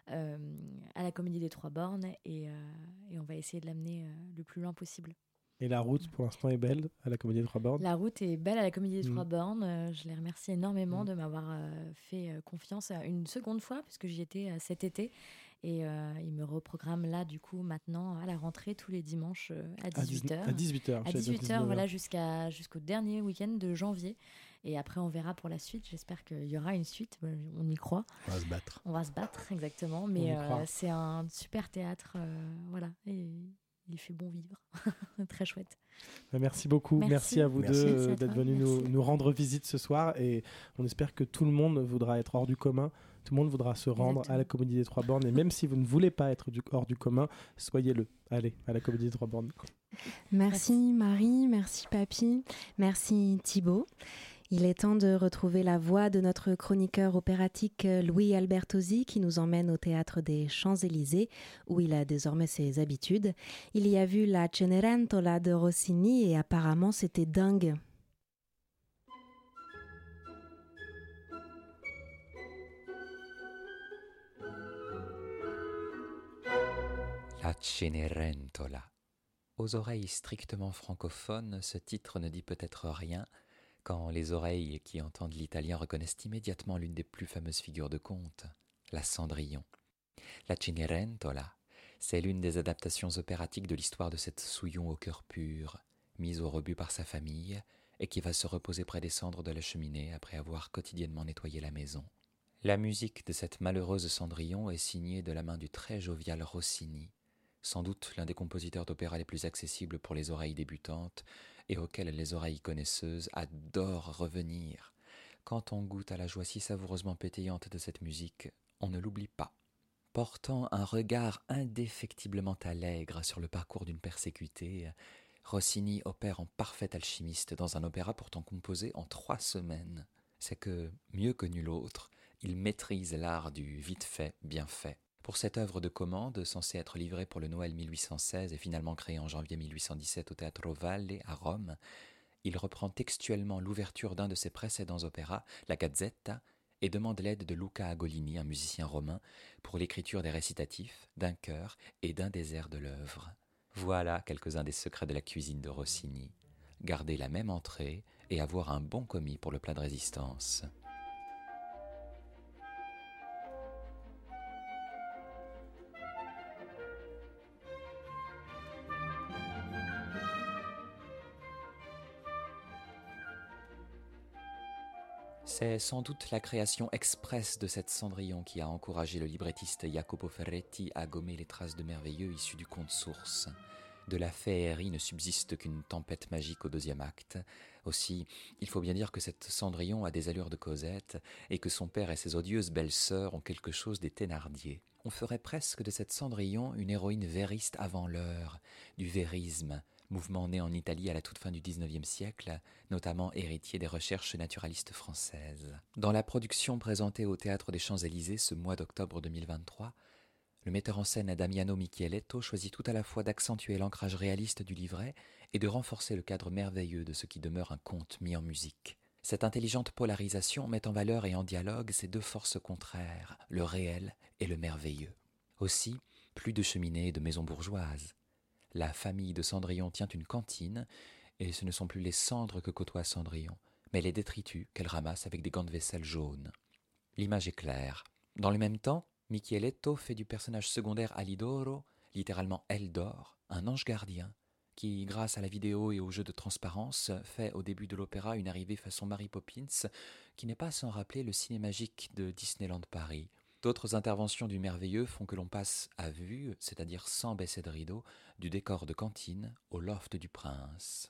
à la Comédie des Trois Bornes et on va essayer de l'amener le plus loin possible. Et la route, pour l'instant, est belle à la Comédie des Trois Bornes ? La route est belle à la Comédie des Trois Bornes. Je les remercie énormément de m'avoir fait confiance une seconde fois, puisque j'y étais cet été. Et ils me reprogramment là, du coup, maintenant, à la rentrée, tous les dimanches à 18h. À 18h. À 18h, voilà, jusqu'au dernier week-end de janvier. Et après, on verra pour la suite. J'espère qu'il y aura une suite. On y croit. On va se battre. On va se battre, exactement. Mais c'est un super théâtre. Voilà. Et il fait bon vivre. Très chouette. Merci beaucoup. Merci à vous deux d'être venus nous rendre visite ce soir. Et on espère que tout le monde voudra être hors du commun. Tout le monde voudra se rendre à la Comédie des Trois Bornes. Et même si vous ne voulez pas être hors du commun, soyez-le. Allez, à la Comédie des Trois Bornes. Merci Marie, merci Papy, merci Thibaut. Il est temps de retrouver la voix de notre chroniqueur opératique Louis Albertosi qui nous emmène au théâtre des Champs-Élysées où il a désormais ses habitudes. Il y a vu la Cenerentola de Rossini et apparemment c'était dingue. La Cenerentola. Aux oreilles strictement francophones, ce titre ne dit peut-être rien, quand les oreilles qui entendent l'italien reconnaissent immédiatement l'une des plus fameuses figures de conte, la Cendrillon. La Cenerentola, c'est l'une des adaptations opératiques de l'histoire de cette souillon au cœur pur, mise au rebut par sa famille, et qui va se reposer près des cendres de la cheminée après avoir quotidiennement nettoyé la maison. La musique de cette malheureuse Cendrillon est signée de la main du très jovial Rossini, sans doute l'un des compositeurs d'opéra les plus accessibles pour les oreilles débutantes, et auquel les oreilles connaisseuses adorent revenir. Quand on goûte à la joie si savoureusement pétillante de cette musique, on ne l'oublie pas. Portant un regard indéfectiblement allègre sur le parcours d'une persécutée, Rossini opère en parfait alchimiste dans un opéra pourtant composé en 3 semaines. C'est que, mieux que nul autre, il maîtrise l'art du vite fait, bien fait. Pour cette œuvre de commande, censée être livrée pour le Noël 1816 et finalement créée en janvier 1817 au Teatro Valle à Rome, il reprend textuellement l'ouverture d'un de ses précédents opéras, la Gazzetta, et demande l'aide de Luca Agolini, un musicien romain, pour l'écriture des récitatifs, d'un chœur et d'un des airs de l'œuvre. Voilà quelques-uns des secrets de la cuisine de Rossini. Garder la même entrée et avoir un bon commis pour le plat de résistance. C'est sans doute la création expresse de cette Cendrillon qui a encouragé le librettiste Jacopo Ferretti à gommer les traces de merveilleux issus du conte source. De la féerie ne subsiste qu'une tempête magique au 2e acte. Aussi, il faut bien dire que cette Cendrillon a des allures de Cosette et que son père et ses odieuses belles-sœurs ont quelque chose des Thénardier. On ferait presque de cette Cendrillon une héroïne vériste avant l'heure, du vérisme, mouvement né en Italie à la toute fin du XIXe siècle, notamment héritier des recherches naturalistes françaises. Dans la production présentée au Théâtre des Champs-Élysées ce mois d'octobre 2023, le metteur en scène Damiano Micheletto choisit tout à la fois d'accentuer l'ancrage réaliste du livret et de renforcer le cadre merveilleux de ce qui demeure un conte mis en musique. Cette intelligente polarisation met en valeur et en dialogue ces 2 forces contraires, le réel et le merveilleux. Aussi, plus de cheminées et de maisons bourgeoises. La famille de Cendrillon tient une cantine, et ce ne sont plus les cendres que côtoie Cendrillon, mais les détritus qu'elle ramasse avec des gants de vaisselle jaunes. L'image est claire. Dans le même temps, Micheletto fait du personnage secondaire Alidoro littéralement aile d'or, un ange gardien, qui, grâce à la vidéo et au jeu de transparence, fait au début de l'opéra une arrivée façon Mary Poppins, qui n'est pas sans rappeler le cinémagique de Disneyland Paris. D'autres interventions du merveilleux font que l'on passe à vue, c'est-à-dire sans baisser de rideau, du décor de cantine au loft du prince.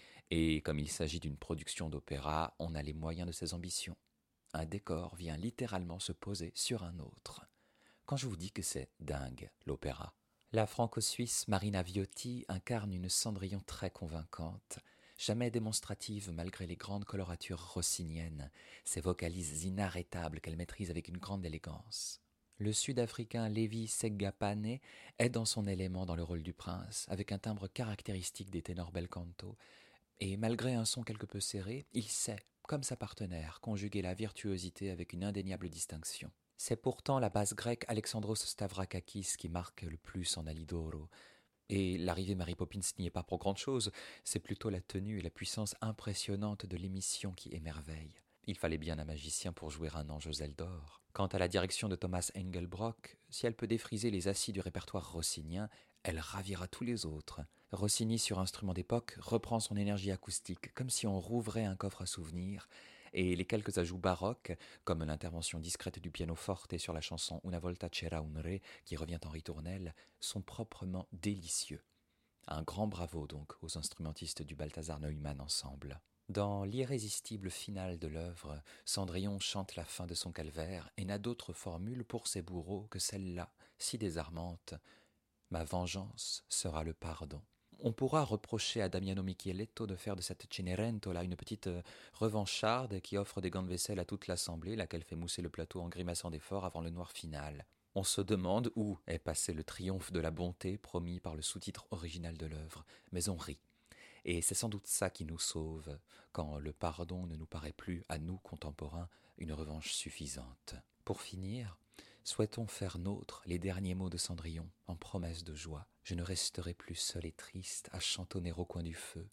Et comme il s'agit d'une production d'opéra, on a les moyens de ses ambitions. Un décor vient littéralement se poser sur un autre. Quand je vous dis que c'est dingue, l'opéra. La franco-suisse Marina Viotti incarne une Cendrillon très convaincante, jamais démonstrative malgré les grandes coloratures rossiniennes, ses vocalises inarrêtables qu'elle maîtrise avec une grande élégance. Le Sud-Africain Levi Segapane est dans son élément dans le rôle du prince, avec un timbre caractéristique des ténors bel canto, et malgré un son quelque peu serré, il sait, comme sa partenaire, conjuguer la virtuosité avec une indéniable distinction. C'est pourtant la basse grecque Alexandros Stavrakakis qui marque le plus en Alidoro. Et l'arrivée Mary Poppins n'y est pas pour grande chose, c'est plutôt la tenue et la puissance impressionnante de l'émission qui émerveillent. Il fallait bien un magicien pour jouer un ange aux ailes d'or. Quant à la direction de Thomas Engelbrock, si elle peut défriser les acides du répertoire rossinien, elle ravira tous les autres. Rossini, sur instrument d'époque, reprend son énergie acoustique, comme si on rouvrait un coffre à souvenirs, et les quelques ajouts baroques, comme l'intervention discrète du piano forte sur la chanson Una volta c'era un re, qui revient en ritournelle, sont proprement délicieux. Un grand bravo donc aux instrumentistes du Balthazar Neumann Ensemble. Dans l'irrésistible finale de l'œuvre, Cendrillon chante la fin de son calvaire et n'a d'autre formule pour ses bourreaux que celle-là, si désarmante. Ma vengeance sera le pardon. On pourra reprocher à Damiano Micheletto de faire de cette Cenerentola une petite revancharde qui offre des gants de vaisselle à toute l'assemblée, laquelle fait mousser le plateau en grimaçant d'effort avant le noir final. On se demande où est passé le triomphe de la bonté promis par le sous-titre original de l'œuvre, mais on rit. Et c'est sans doute ça qui nous sauve, quand le pardon ne nous paraît plus, à nous contemporains, une revanche suffisante. Pour finir, souhaitons faire nôtres les derniers mots de Cendrillon, en promesse de joie. Je ne resterai plus seul et triste à chantonner au coin du feu.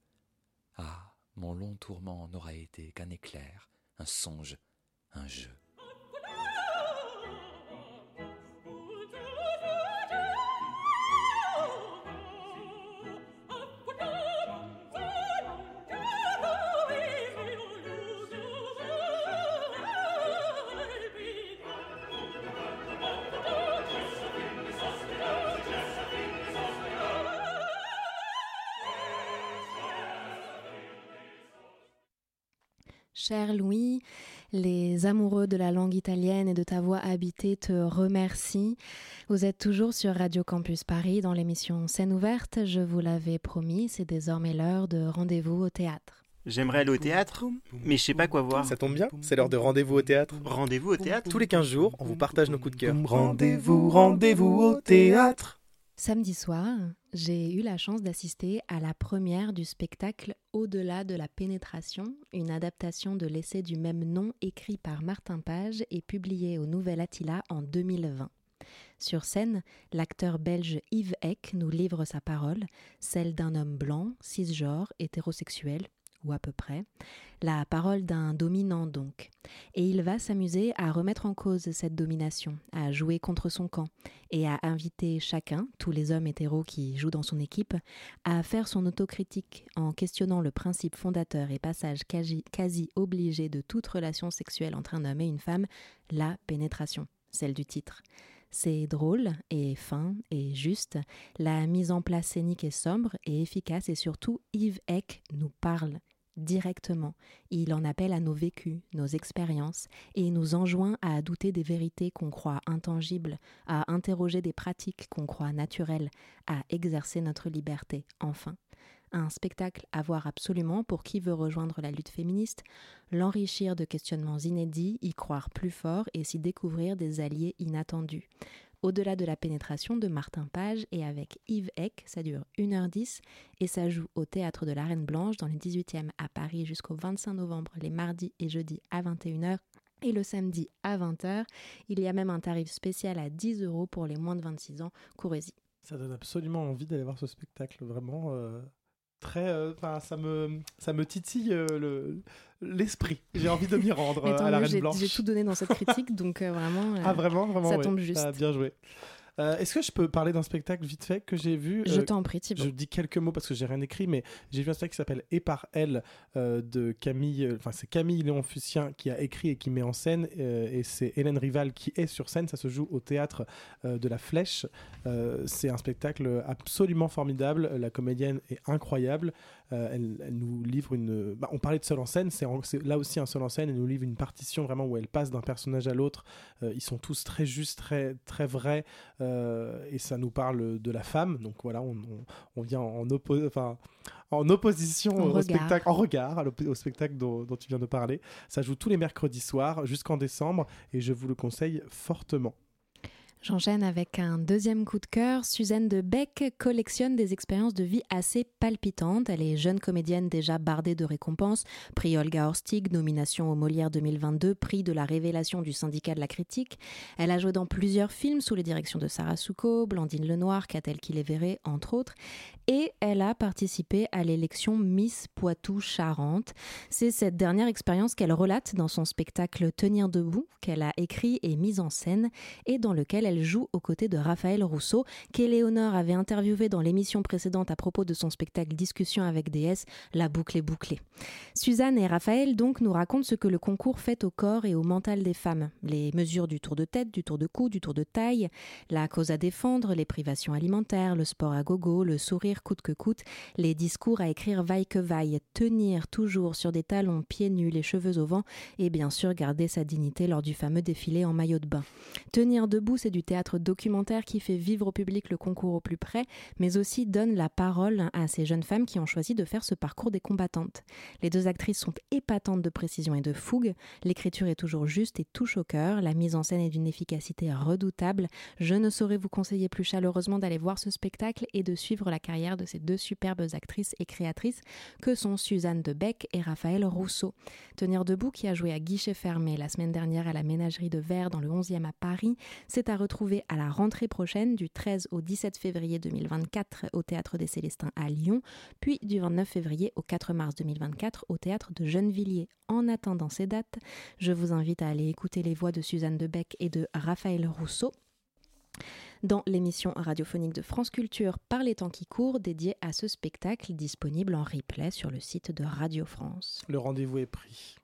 Ah, mon long tourment n'aura été qu'un éclair, un songe, un jeu. Cher Louis, les amoureux de la langue italienne et de ta voix habitée te remercient. Vous êtes toujours sur Radio Campus Paris dans l'émission Scène ouverte. Je vous l'avais promis, c'est désormais l'heure de Rendez-vous au théâtre. J'aimerais aller au théâtre, mais je sais pas quoi voir. Ça tombe bien, c'est l'heure de Rendez-vous au théâtre. Rendez-vous au théâtre ? Tous les 15 jours, on vous partage nos coups de cœur. Rendez-vous au théâtre. Samedi soir, j'ai eu la chance d'assister à la première du spectacle Au-delà de la pénétration, une adaptation de l'essai du même nom écrit par Martin Page et publié au Nouvel Attila en 2020. Sur scène, l'acteur belge Yves Eck nous livre sa parole, celle d'un homme blanc, cisgenre, hétérosexuel, ou à peu près, la parole d'un dominant donc. Et il va s'amuser à remettre en cause cette domination, à jouer contre son camp, et à inviter chacun, tous les hommes hétéros qui jouent dans son équipe, à faire son autocritique en questionnant le principe fondateur et passage quasi obligé de toute relation sexuelle entre un homme et une femme, la pénétration, celle du titre. C'est drôle et fin et juste, la mise en place scénique est sombre et efficace et surtout Yves Eck nous parle directement. Il en appelle à nos vécus, nos expériences et nous enjoint à douter des vérités qu'on croit intangibles, à interroger des pratiques qu'on croit naturelles, à exercer notre liberté, enfin. Un spectacle à voir absolument pour qui veut rejoindre la lutte féministe, l'enrichir de questionnements inédits, y croire plus fort et s'y découvrir des alliés inattendus. Au-delà de la pénétration de Martin Page et avec Yves Eck, ça dure 1h10 et ça joue au Théâtre de la Reine Blanche dans le 18e à Paris jusqu'au 25 novembre, les mardis et jeudis à 21h et le samedi à 20h. Il y a même un tarif spécial à 10 € pour les moins de 26 ans, courez-y. Ça donne absolument envie d'aller voir ce spectacle, vraiment... ça me titille l'esprit. J'ai envie de m'y rendre à la Reine Blanche. J'ai tout donné dans cette critique, donc vraiment, vraiment ça tombe juste. Bien joué. Est-ce que je peux parler d'un spectacle vite fait que j'ai vu? Je t'en prie, Thibaut. Je dis quelques mots parce que j'ai rien écrit, mais j'ai vu un spectacle qui s'appelle Et par elle de Camille. C'est Camille Léon Fucien qui a écrit et qui met en scène, et c'est Hélène Rival qui est sur scène. Ça se joue au théâtre de la Flèche. C'est un spectacle absolument formidable. La comédienne est incroyable. Elle nous livre une. On parlait de seul en scène, c'est là aussi un seul en scène. Elle nous livre une partition vraiment où elle passe d'un personnage à l'autre. Ils sont tous très justes, très, très vrais, et ça nous parle de la femme. Donc voilà, on vient en opposition au spectacle, au spectacle dont tu viens de parler. Ça joue tous les mercredis soirs jusqu'en décembre et je vous le conseille fortement. J'enchaîne avec un deuxième coup de cœur. Suzanne de Bec collectionne des expériences de vie assez palpitantes. Elle est jeune comédienne déjà bardée de récompenses. Prix Olga Horstig, nomination au Molière 2022, prix de la révélation du syndicat de la critique. Elle a joué dans plusieurs films sous les directions de Sarah Souco, Blandine Lenoir, Catel Kiléveré, entre autres. Et elle a participé à l'élection Miss Poitou-Charentes. C'est cette dernière expérience qu'elle relate dans son spectacle Tenir debout, qu'elle a écrit et mis en scène, et dans lequel elle joue aux côtés de Raphaël Rousseau, qu'Éléonore avait interviewé dans l'émission précédente à propos de son spectacle Discussion avec déesse, La boucle est bouclée. Suzanne et Raphaël donc nous racontent ce que le concours fait au corps et au mental des femmes. Les mesures du tour de tête, du tour de cou, du tour de taille, la cause à défendre, les privations alimentaires, le sport à gogo, le sourire coûte que coûte, les discours à écrire vaille que vaille, tenir toujours sur des talons pieds nus, les cheveux au vent et bien sûr garder sa dignité lors du fameux défilé en maillot de bain. Tenir debout, c'est du théâtre documentaire qui fait vivre au public le concours au plus près, mais aussi donne la parole à ces jeunes femmes qui ont choisi de faire ce parcours des combattantes. Les deux actrices sont épatantes de précision et de fougue, l'écriture est toujours juste et touche au cœur, la mise en scène est d'une efficacité redoutable. Je ne saurais vous conseiller plus chaleureusement d'aller voir ce spectacle et de suivre la carrière de ces deux superbes actrices et créatrices que sont Suzanne de Bec et Raphaël Rousseau. Tenir debout, qui a joué à guichet fermé la semaine dernière à la Ménagerie de Verre dans le 11e à Paris, c'est à retrouver à la rentrée prochaine du 13 au 17 février 2024 au Théâtre des Célestins à Lyon, puis du 29 février au 4 mars 2024 au Théâtre de Gennevilliers. En attendant ces dates, je vous invite à aller écouter les voix de Suzanne de Bec et de Raphaël Rousseau dans l'émission radiophonique de France Culture Par les temps qui courent, dédiée à ce spectacle disponible en replay sur le site de Radio France. Le rendez-vous est pris.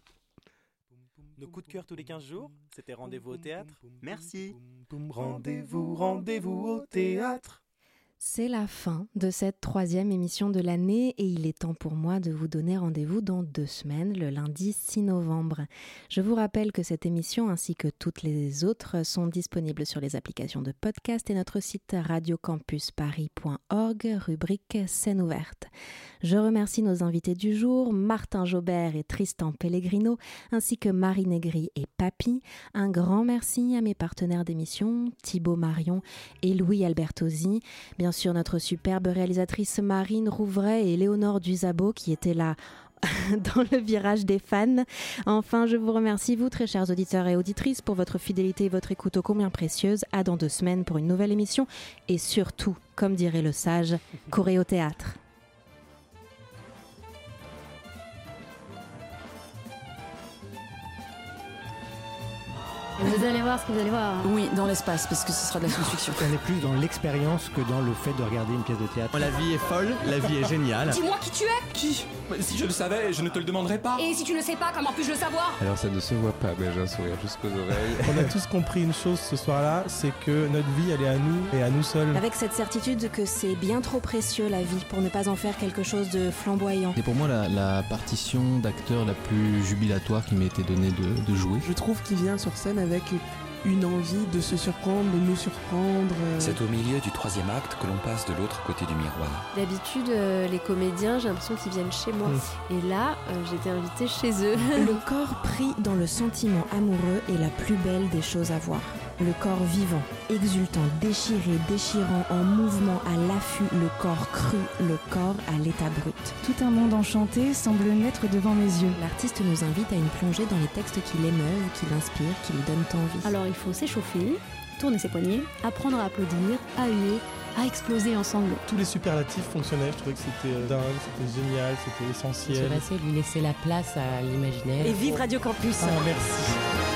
Nos coups de cœur tous les 15 jours, c'était Rendez-vous au théâtre. Merci. Rendez-vous au théâtre. C'est la fin de cette 3e émission de l'année et il est temps pour moi de vous donner rendez-vous dans 2 semaines, le lundi 6 novembre. Je vous rappelle que cette émission ainsi que toutes les autres sont disponibles sur les applications de podcast et notre site radiocampusparis.org, rubrique Scène ouverte. Je remercie nos invités du jour, Martin Jobert et Tristan Pellegrino, ainsi que Marie Negri et Papy. Un grand merci à mes partenaires d'émission, Thibaut Marion et Louis Albertosi. Bien sûr, notre superbe réalisatrice Marine Rouvray et Léonore Duzabo qui étaient là dans le virage des fans. Enfin, je vous remercie, vous, très chers auditeurs et auditrices, pour votre fidélité et votre écoute ô combien précieuse. À dans 2 semaines pour une nouvelle émission. Et surtout, comme dirait le sage, courez au théâtre. Vous allez voir ce que vous allez voir. Oui, dans l'espace, parce que ce sera de la science-fiction. On est plus dans l'expérience que dans le fait de regarder une pièce de théâtre. La vie est folle, la vie est géniale. Dis-moi qui tu es. Qui ? Si je le savais, je ne te le demanderais pas. Et si tu ne sais pas, comment puis-je le savoir? Alors ça ne se voit pas, mais j'ai un sourire jusqu'aux oreilles. On a tous compris une chose ce soir-là, c'est que notre vie, elle est à nous et à nous seuls. Avec cette certitude que c'est bien trop précieux la vie pour ne pas en faire quelque chose de flamboyant. C'est pour moi la partition d'acteur la plus jubilatoire qui m'a été donnée de jouer. Je trouve qu'il vient sur scène avec une envie de se surprendre, de nous surprendre. C'est au milieu du 3e acte que l'on passe de l'autre côté du miroir. D'habitude, les comédiens, j'ai l'impression qu'ils viennent chez moi. Et là, j'étais invitée chez eux. Le corps pris dans le sentiment amoureux est la plus belle des choses à voir. Le corps vivant, exultant, déchiré, déchirant, en mouvement, à l'affût, le corps cru, le corps à l'état brut. Tout un monde enchanté semble naître devant mes yeux. L'artiste nous invite à une plongée dans les textes qui l'émeuvent, qui l'inspirent, qui lui donnent envie. Alors il faut s'échauffer, tourner ses poignets, apprendre à applaudir, à huer, à exploser en sanglots. Tous les superlatifs fonctionnaient, je trouvais que c'était dingue, c'était génial, c'était essentiel. Se passer, lui laisser la place à l'imaginaire. Et vive Radio Campus. Ah, merci.